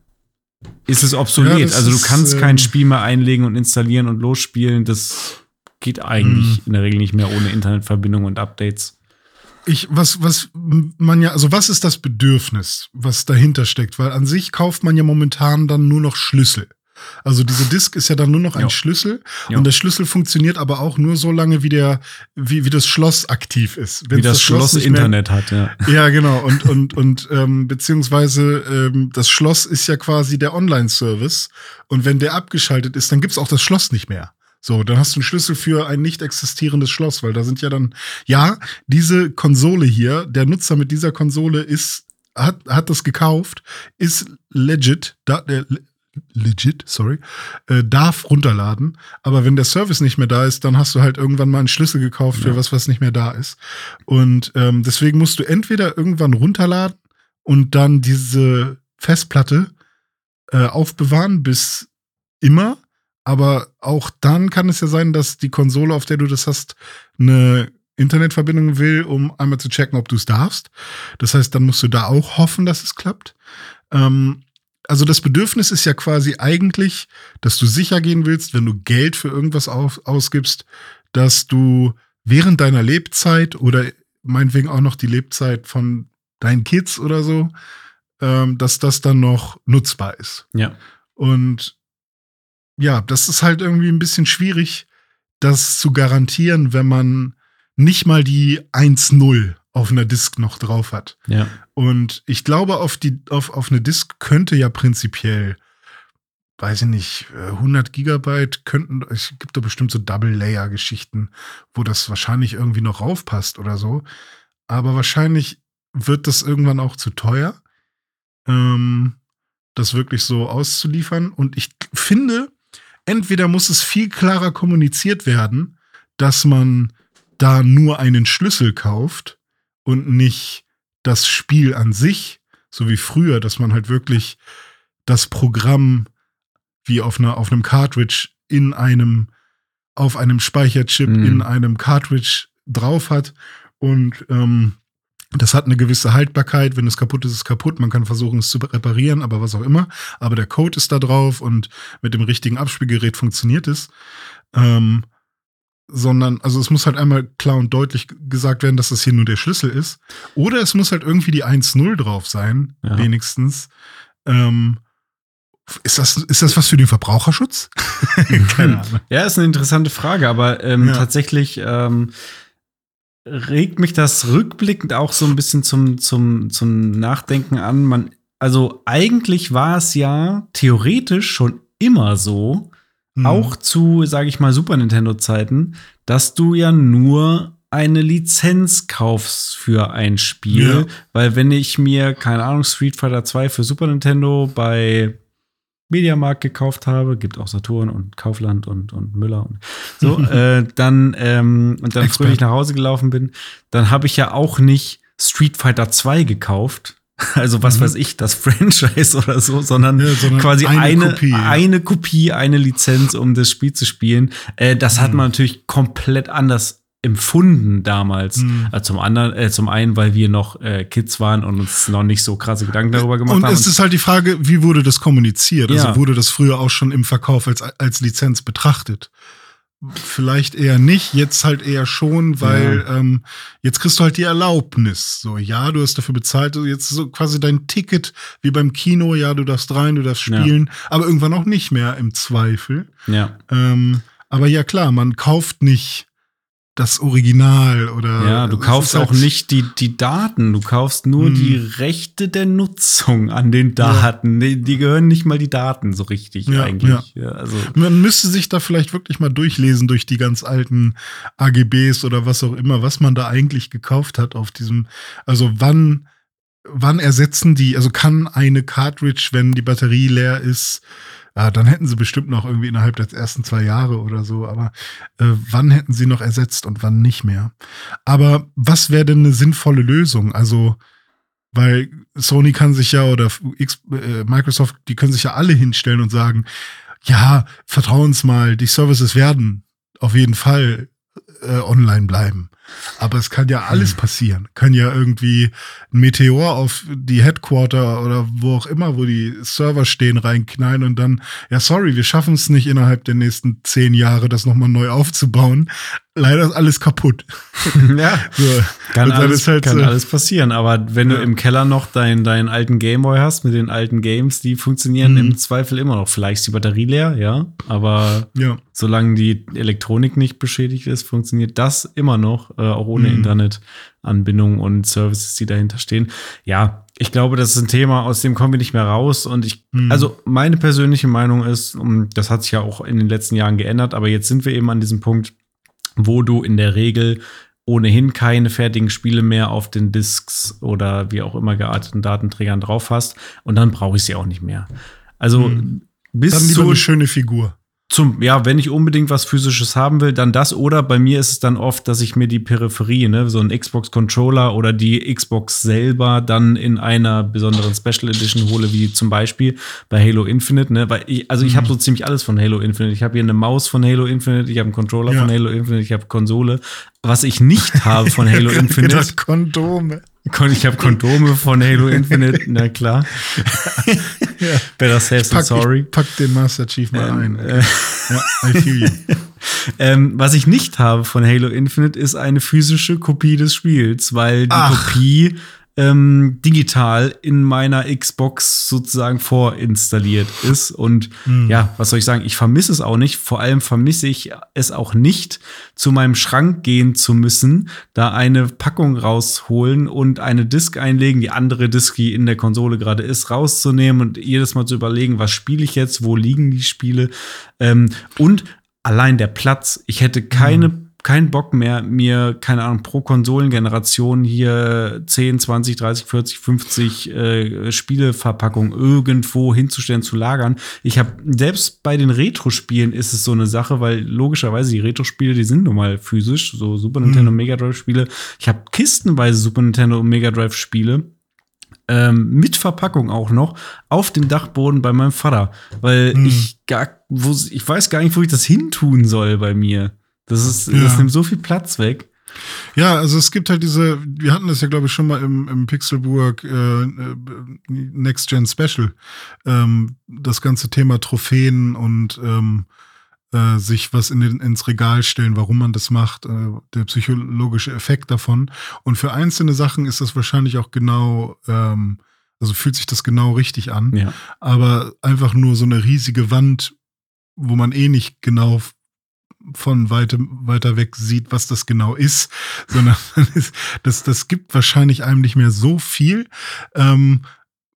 ist es obsolet. Ja, also du kannst ist, kein Spiel mehr einlegen und installieren und losspielen. Das geht eigentlich mh. in der Regel nicht mehr ohne Internetverbindung und Updates. Ich, was, was man ja, also was ist das Bedürfnis, was dahinter steckt? Weil an sich kauft man ja momentan dann nur noch Schlüssel. Also diese Disk ist ja dann nur noch ein jo. Schlüssel jo. und der Schlüssel funktioniert aber auch nur so lange, wie der, wie, wie das Schloss aktiv ist. Wenn's wie das, das Schloss, Schloss Internet mehr, hat, ja. Ja, genau. Und, und, und ähm, beziehungsweise ähm, das Schloss ist ja quasi der Online-Service und wenn der abgeschaltet ist, dann gibt's auch das Schloss nicht mehr. So, dann hast du einen Schlüssel für ein nicht existierendes Schloss, weil da sind ja dann, ja, diese Konsole hier, der Nutzer mit dieser Konsole ist, hat, hat das gekauft, ist legit, da, der, legit, sorry, äh, darf runterladen, aber wenn der Service nicht mehr da ist, dann hast du halt irgendwann mal einen Schlüssel gekauft ja. für was, was nicht mehr da ist. Und ähm, deswegen musst du entweder irgendwann runterladen und dann diese Festplatte äh, aufbewahren bis immer, aber auch dann kann es ja sein, dass die Konsole, auf der du das hast, eine Internetverbindung will, um einmal zu checken, ob du es darfst. Das heißt, dann musst du da auch hoffen, dass es klappt. Ähm, Also das Bedürfnis ist ja quasi eigentlich, dass du sicher gehen willst, wenn du Geld für irgendwas auf, ausgibst, dass du während deiner Lebzeit oder meinetwegen auch noch die Lebzeit von deinen Kids oder so, ähm, dass das dann noch nutzbar ist. Ja. Und ja, das ist halt irgendwie ein bisschen schwierig, das zu garantieren, wenn man nicht mal die eins null auf einer Disk noch drauf hat. Ja. Und ich glaube, auf die, auf, auf eine Disk könnte ja prinzipiell, weiß ich nicht, hundert Gigabyte könnten, es gibt doch bestimmt so Double-Layer-Geschichten, wo das wahrscheinlich irgendwie noch raufpasst oder so. Aber wahrscheinlich wird das irgendwann auch zu teuer, ähm, das wirklich so auszuliefern. Und ich finde, entweder muss es viel klarer kommuniziert werden, dass man da nur einen Schlüssel kauft und nicht das Spiel an sich, so wie früher, dass man halt wirklich das Programm wie auf einer auf einem Cartridge in einem auf einem Speicherchip mhm. in einem Cartridge drauf hat und ähm, das hat eine gewisse Haltbarkeit. Wenn es kaputt ist, ist es kaputt. Man kann versuchen, es zu reparieren, aber was auch immer. Aber der Code ist da drauf und mit dem richtigen Abspielgerät funktioniert es. Ähm, sondern, also es muss halt einmal klar und deutlich gesagt werden, dass das hier nur der Schlüssel ist. Oder es muss halt irgendwie die eins null drauf sein, ja. wenigstens. Ähm, ist das, ist das was für den Verbraucherschutz? Keine Ahnung. Ja, ist eine interessante Frage, aber ähm, ja. tatsächlich ähm, regt mich das rückblickend auch so ein bisschen zum, zum, zum Nachdenken an. Man, also eigentlich war es ja theoretisch schon immer so, Mhm. auch zu, sage ich mal, Super Nintendo-Zeiten, dass du ja nur eine Lizenz kaufst für ein Spiel. Ja. Weil wenn ich mir, keine Ahnung, Street Fighter zwei für Super Nintendo bei Mediamarkt gekauft habe, gibt auch Saturn und Kaufland und, und Müller und so, äh, dann ähm, und dann Expert. fröhlich nach Hause gelaufen bin, dann habe ich ja auch nicht Street Fighter zwei gekauft. Also was Mhm. weiß ich, das Franchise oder so, sondern, Ja, sondern quasi eine eine, Kopie, ja. eine Kopie, eine Lizenz, um das Spiel zu spielen. Äh, das hat man natürlich komplett anders empfunden damals. Mhm. Äh, zum anderen, äh, zum einen, weil wir noch äh, Kids waren und uns noch nicht so krasse Gedanken darüber gemacht Und haben. es ist halt die Frage, wie wurde das kommuniziert? Ja. Also wurde das früher auch schon im Verkauf als, als Lizenz betrachtet? Vielleicht eher nicht, jetzt halt eher schon, weil Ja. ähm, jetzt kriegst du halt die Erlaubnis. So, ja, du hast dafür bezahlt, jetzt so quasi dein Ticket wie beim Kino, ja, du darfst rein, du darfst spielen, aber irgendwann auch nicht mehr im Zweifel. ja. Ähm, aber ja klar, man kauft nicht das Original oder Ja, du es kaufst ist halt- auch nicht die, die Daten, du kaufst nur Hm. die Rechte der Nutzung an den Daten. Die, die gehören nicht mal die Daten so richtig Ja, eigentlich. Ja, also, Man müsste sich da vielleicht wirklich mal durchlesen durch die ganz alten A G Bs oder was auch immer, was man da eigentlich gekauft hat auf diesem, also wann, wann ersetzen die, also kann eine Cartridge, wenn die Batterie leer ist, ja, dann hätten sie bestimmt noch irgendwie innerhalb der ersten zwei Jahre oder so, aber äh, wann hätten sie noch ersetzt und wann nicht mehr? Aber was wäre denn eine sinnvolle Lösung? Also, weil Sony kann sich ja oder X, äh, Microsoft, die können sich ja alle hinstellen und sagen, ja, vertrau uns mal, die Services werden auf jeden Fall äh, online bleiben. Aber es kann ja alles passieren. Kann ja irgendwie ein Meteor auf die Headquarter oder wo auch immer, wo die Server stehen, reinknallen und dann, ja, sorry, wir schaffen es nicht innerhalb der nächsten zehn Jahre, das nochmal neu aufzubauen. Leider ist alles kaputt. ja. So. Kann, Und dann alles, ist halt kann so- alles passieren, aber wenn Ja. du im Keller noch deinen deinen alten Gameboy hast mit den alten Games, die funktionieren Mhm. im Zweifel immer noch. Vielleicht ist die Batterie leer, ja, aber Ja. solange die Elektronik nicht beschädigt ist, funktioniert das immer noch, äh, auch ohne Mhm. Internetanbindung und Services, die dahinter stehen. Ja, ich glaube, das ist ein Thema, aus dem kommen wir nicht mehr raus. Und ich, Mhm. also meine persönliche Meinung ist, und das hat sich ja auch in den letzten Jahren geändert, aber jetzt sind wir eben an diesem Punkt, wo du in der Regel ohnehin keine fertigen Spiele mehr auf den Disks oder wie auch immer gearteten Datenträgern drauf hast. Und dann brauche ich sie auch nicht mehr. Also Mhm. bis Dann lieber zu eine schöne Figur. zum, ja, wenn ich unbedingt was Physisches haben will, dann das. Oder bei mir ist es dann oft, dass ich mir die Peripherie, ne, so einen Xbox-Controller oder die Xbox selber dann in einer besonderen Special Edition hole, wie zum Beispiel bei Halo Infinite, ne, weil ich, also ich Mhm. habe so ziemlich alles von Halo Infinite. Ich habe hier eine Maus von Halo Infinite, ich habe einen Controller Ja. von Halo Infinite, ich habe Konsole. Was ich nicht habe von Halo Infinite, Das Kondome. Kon- ich habe Kondome von Halo Infinite, na klar. Ja. Better safe than Pack, sorry. ich pack den Master Chief mal ein. Ähm, äh, Ja, I feel you. Ähm, was ich nicht habe von Halo Infinite ist eine physische Kopie des Spiels, weil die Ach. Kopie ähm, digital in meiner Xbox sozusagen vorinstalliert ist. Und Hm. ja, was soll ich sagen? Ich vermisse es auch nicht. Vor allem vermisse ich es auch nicht, zu meinem Schrank gehen zu müssen, da eine Packung rausholen und eine Disk einlegen, die andere Disk, die in der Konsole gerade ist, rauszunehmen und jedes Mal zu überlegen, was spiele ich jetzt, wo liegen die Spiele. Ähm, und allein der Platz. Ich hätte keine keinen Bock mehr, mir, keine Ahnung, pro Konsolengeneration hier zehn, zwanzig, dreißig, vierzig, fünfzig äh, Spieleverpackungen irgendwo hinzustellen, zu lagern. Ich habe, selbst bei den Retro-Spielen ist es so eine Sache, weil logischerweise die Retro-Spiele, die sind nun mal physisch, so Super Nintendo und Mega Drive-Spiele. Ich habe kistenweise Super Nintendo und Mega Drive-Spiele. Ähm, mit Verpackung auch noch auf dem Dachboden bei meinem Vater, weil Hm. ich gar, wo, ich weiß gar nicht, wo ich das hintun soll bei mir. Das ist, Ja. das nimmt so viel Platz weg. Ja, also es gibt halt diese, wir hatten das ja, glaube ich, schon mal im, im Pixelburg äh, äh, Next Gen Special, ähm, das ganze Thema Trophäen und ähm, äh, sich was in den, ins Regal stellen, warum man das macht, äh, der psychologische Effekt davon. Und für einzelne Sachen ist das wahrscheinlich auch genau, ähm, also fühlt sich das genau richtig an. Ja. Aber einfach nur so eine riesige Wand, wo man eh nicht genau von weitem, weiter weg sieht, was das genau ist, sondern das, das gibt wahrscheinlich einem nicht mehr so viel. Ähm,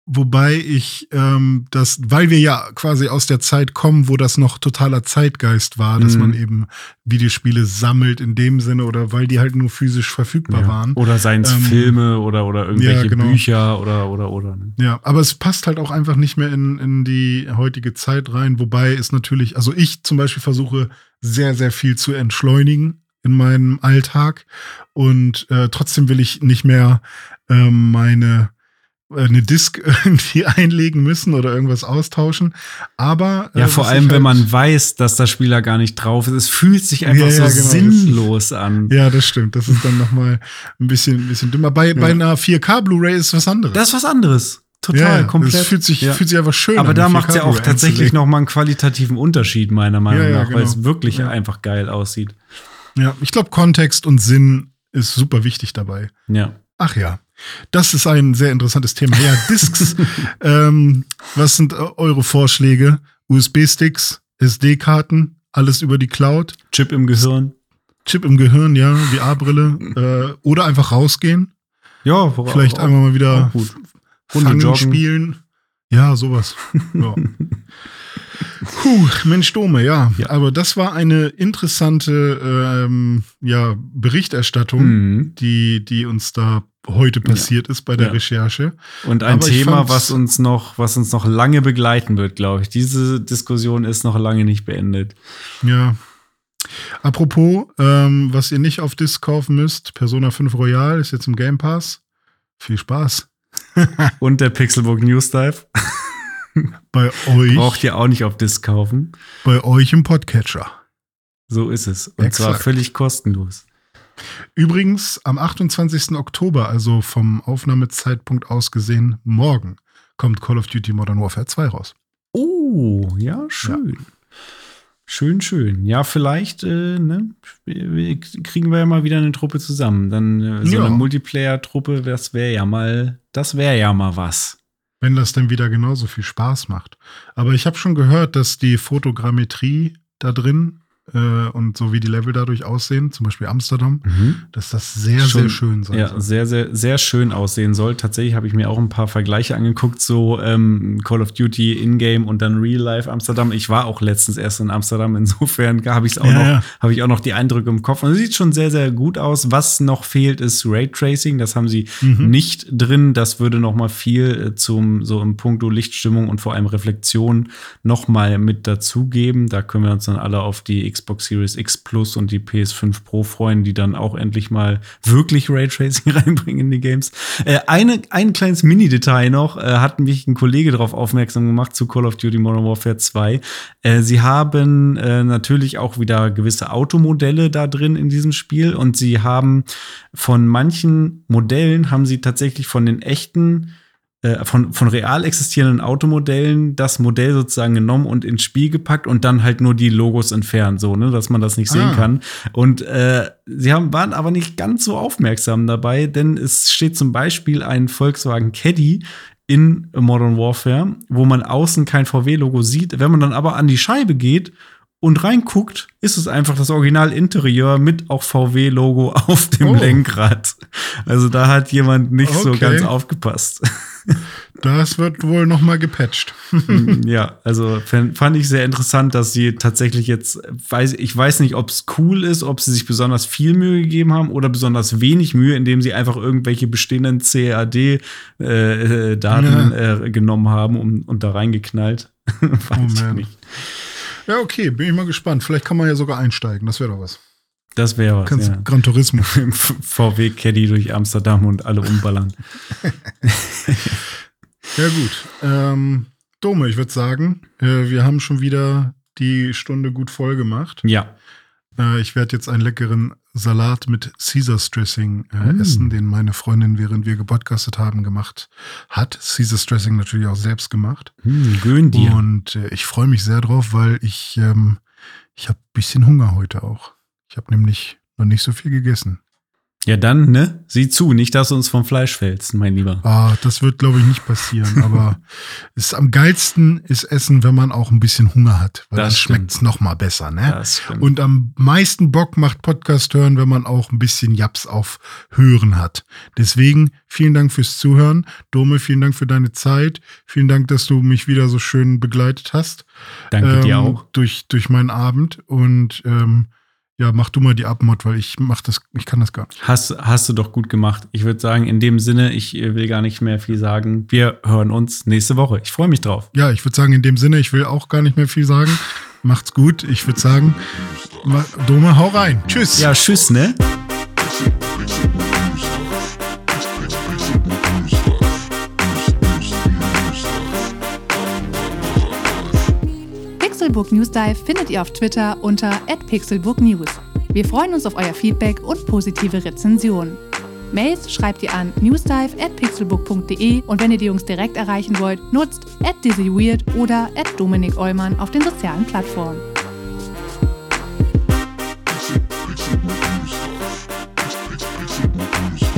Wobei ich ähm, das, weil wir ja quasi aus der Zeit kommen, wo das noch totaler Zeitgeist war, dass Mhm. man eben Videospiele sammelt in dem Sinne oder weil die halt nur physisch verfügbar Ja. waren. Oder seien es Ähm, Filme oder, oder irgendwelche ja, genau. Bücher oder, oder, oder. Ne? Ja, aber es passt halt auch einfach nicht mehr in, in die heutige Zeit rein, wobei es natürlich, also ich zum Beispiel versuche sehr, sehr viel zu entschleunigen in meinem Alltag und äh, trotzdem will ich nicht mehr ähm, meine eine Disk irgendwie einlegen müssen oder irgendwas austauschen. Aber äh, Ja, vor was allem, ich wenn halt- man weiß, dass das Spiel da gar nicht drauf ist. Es fühlt sich einfach Ja, so ja, genau. sinnlos an. Ja, das stimmt. Das ist dann nochmal ein bisschen, ein bisschen dümmer. Bei, bei einer vier K Blu-ray ist was anderes. Das ist was anderes. Total, ja, ja. komplett. Es fühlt sich, Ja. fühlt sich einfach schön Aber an. da eine macht es ja auch vier K Blu-ray tatsächlich einzulegen. noch mal einen qualitativen Unterschied, meiner Meinung Ja, ja, nach, weil genau. es wirklich Ja. einfach geil aussieht. Ja, ich glaube, Kontext und Sinn ist super wichtig dabei. Ja. Ach ja, das ist ein sehr interessantes Thema. Ja, Discs. ähm, was sind äh, eure Vorschläge? U S B-Sticks, S D-Karten, alles über die Cloud, Chip im Gehirn. Chip im Gehirn, ja, V R-Brille äh, oder einfach rausgehen. Ja, worauf- Vielleicht auch- einmal mal wieder auch gut. Runde Fangen joggen. spielen. Ja, sowas. Ja. Puh, Mensch Dome, ja. Ja. Aber das war eine interessante ähm, ja, Berichterstattung, Mhm. die, die uns da heute passiert ist bei der Ja. Recherche. Und ein Aber ich Thema, fand's- was uns noch, was uns noch lange begleiten wird, glaube ich. Diese Diskussion ist noch lange nicht beendet. Ja. Apropos, ähm, was ihr nicht auf Disc kaufen müsst, Persona fünf Royal ist jetzt im Game Pass. Viel Spaß. Und der Pixelbook News Dive Bei euch, braucht ihr auch nicht auf Disc kaufen. bei euch im Podcatcher. So ist es. Und zwar Exakt. völlig kostenlos. Übrigens am achtundzwanzigsten Oktober, also vom Aufnahmezeitpunkt aus gesehen, morgen, kommt Call of Duty Modern Warfare zwei raus. Oh, ja, schön. Schön, schön. Ja, vielleicht äh, ne, wir- kriegen wir ja mal wieder eine Truppe zusammen. Dann äh, so Ja. eine Multiplayer-Truppe, das wäre ja mal, das wäre ja mal was. Wenn das dann wieder genauso viel Spaß macht. Aber ich habe schon gehört, dass die Fotogrammetrie da drin äh, und so wie die Level dadurch aussehen, zum Beispiel Amsterdam, dass das sehr, Schon- sehr schön sein Ja, soll. sehr, sehr, sehr schön aussehen soll. Tatsächlich habe ich mir auch ein paar Vergleiche angeguckt, so ähm, Call of Duty In-Game und dann Real Life Amsterdam. Ich war auch letztens erst in Amsterdam, insofern habe ich auch Ja, noch, ja. habe ich auch noch die Eindrücke im Kopf. Und es sieht schon sehr, sehr gut aus. Was noch fehlt, ist Raytracing. Das haben sie Mhm. nicht drin. Das würde noch mal viel äh, zum so im Punkto Lichtstimmung und vor allem Reflexion noch mal mit dazugeben. Da können wir uns dann alle auf die Xbox Series X Plus und die P S fünf Pro freuen, die dann auch endlich mal wirklich Raytracing reinbringen in die Games. Äh, eine, ein kleines Mini-Detail noch, äh, hat mich ein Kollege darauf aufmerksam gemacht zu Call of Duty Modern Warfare zwei. Äh, sie haben äh, natürlich auch wieder gewisse Automodelle da drin in diesem Spiel und sie haben von manchen Modellen haben sie tatsächlich von den echten äh, Von, von real existierenden Automodellen das Modell sozusagen genommen und ins Spiel gepackt und dann halt nur die Logos entfernt, so, ne, dass man das nicht sehen Ah. kann. Und äh, sie haben, waren aber nicht ganz so aufmerksam dabei, denn es steht zum Beispiel ein Volkswagen Caddy in Modern Warfare, wo man außen kein V W-Logo sieht. Wenn man dann aber an die Scheibe geht und reinguckt, ist es einfach das Original-Interieur mit auch V W-Logo auf dem Oh. Lenkrad. Also da hat jemand nicht so Okay. ganz aufgepasst. Das wird wohl noch mal gepatcht. Ja, also fand fand ich sehr interessant, dass sie tatsächlich jetzt, weiß, ich weiß nicht, ob es cool ist, ob sie sich besonders viel Mühe gegeben haben oder besonders wenig Mühe, indem sie einfach irgendwelche bestehenden C A D-Daten Ja. äh, genommen haben und, und da reingeknallt. Weiß Oh ich man. nicht. Ja, okay, bin ich mal gespannt. Vielleicht kann man ja sogar einsteigen. Das wäre doch was. Das wäre was, Kannst ja. Gran Turismo. Im V W-Caddy durch Amsterdam und alle umballern. Ja, gut. Ähm, Dome, ich würde sagen, äh, wir haben schon wieder die Stunde gut voll gemacht. Ja. Äh, ich werde jetzt einen leckeren Salat mit Caesar Dressing äh, Mm. essen, den meine Freundin, während wir gepodcastet haben, gemacht hat. Caesar Dressing natürlich auch selbst gemacht. Hm, gönn dir. Und äh, ich freue mich sehr drauf, weil ich, ähm, ich habe ein bisschen Hunger heute auch. Ich habe nämlich noch nicht so viel gegessen. Ja, dann, ne? Sieh zu, nicht, dass du uns vom Fleisch fällst, mein Lieber. Ah, das wird, glaube ich, nicht passieren. Aber es ist am geilsten ist Essen, wenn man auch ein bisschen Hunger hat. Weil Das das schmeckt es noch mal besser, ne? Das stimmt. Und am meisten Bock macht Podcast hören, wenn man auch ein bisschen Japs auf Hören hat. Deswegen vielen Dank fürs Zuhören. Dome, vielen Dank für deine Zeit. Vielen Dank, dass du mich wieder so schön begleitet hast. Danke ähm, dir auch. Durch, durch meinen Abend. Und ähm, ja, mach du mal die Abmod, weil ich mach das, ich kann das gar nicht. Hast, hast du doch gut gemacht. Ich würde sagen, in dem Sinne, ich will gar nicht mehr viel sagen. Wir hören uns nächste Woche. Ich freue mich drauf. Ja, ich würde sagen, in dem Sinne, ich will auch gar nicht mehr viel sagen. Macht's gut. Ich würde sagen, Dome, hau rein. Tschüss. Ja, tschüss, ne? Pixelburg News Dive findet ihr auf Twitter unter at pixelburgnews. Wir freuen uns auf euer Feedback und positive Rezensionen. Mails schreibt ihr an newsdive at pixelburg punkt de und wenn ihr die Jungs direkt erreichen wollt, nutzt at dizzyweird oder at Dominik Eulmann auf den sozialen Plattformen. Pixel, Pixelburg News Dive. Pixel, Pixelburg News Dive.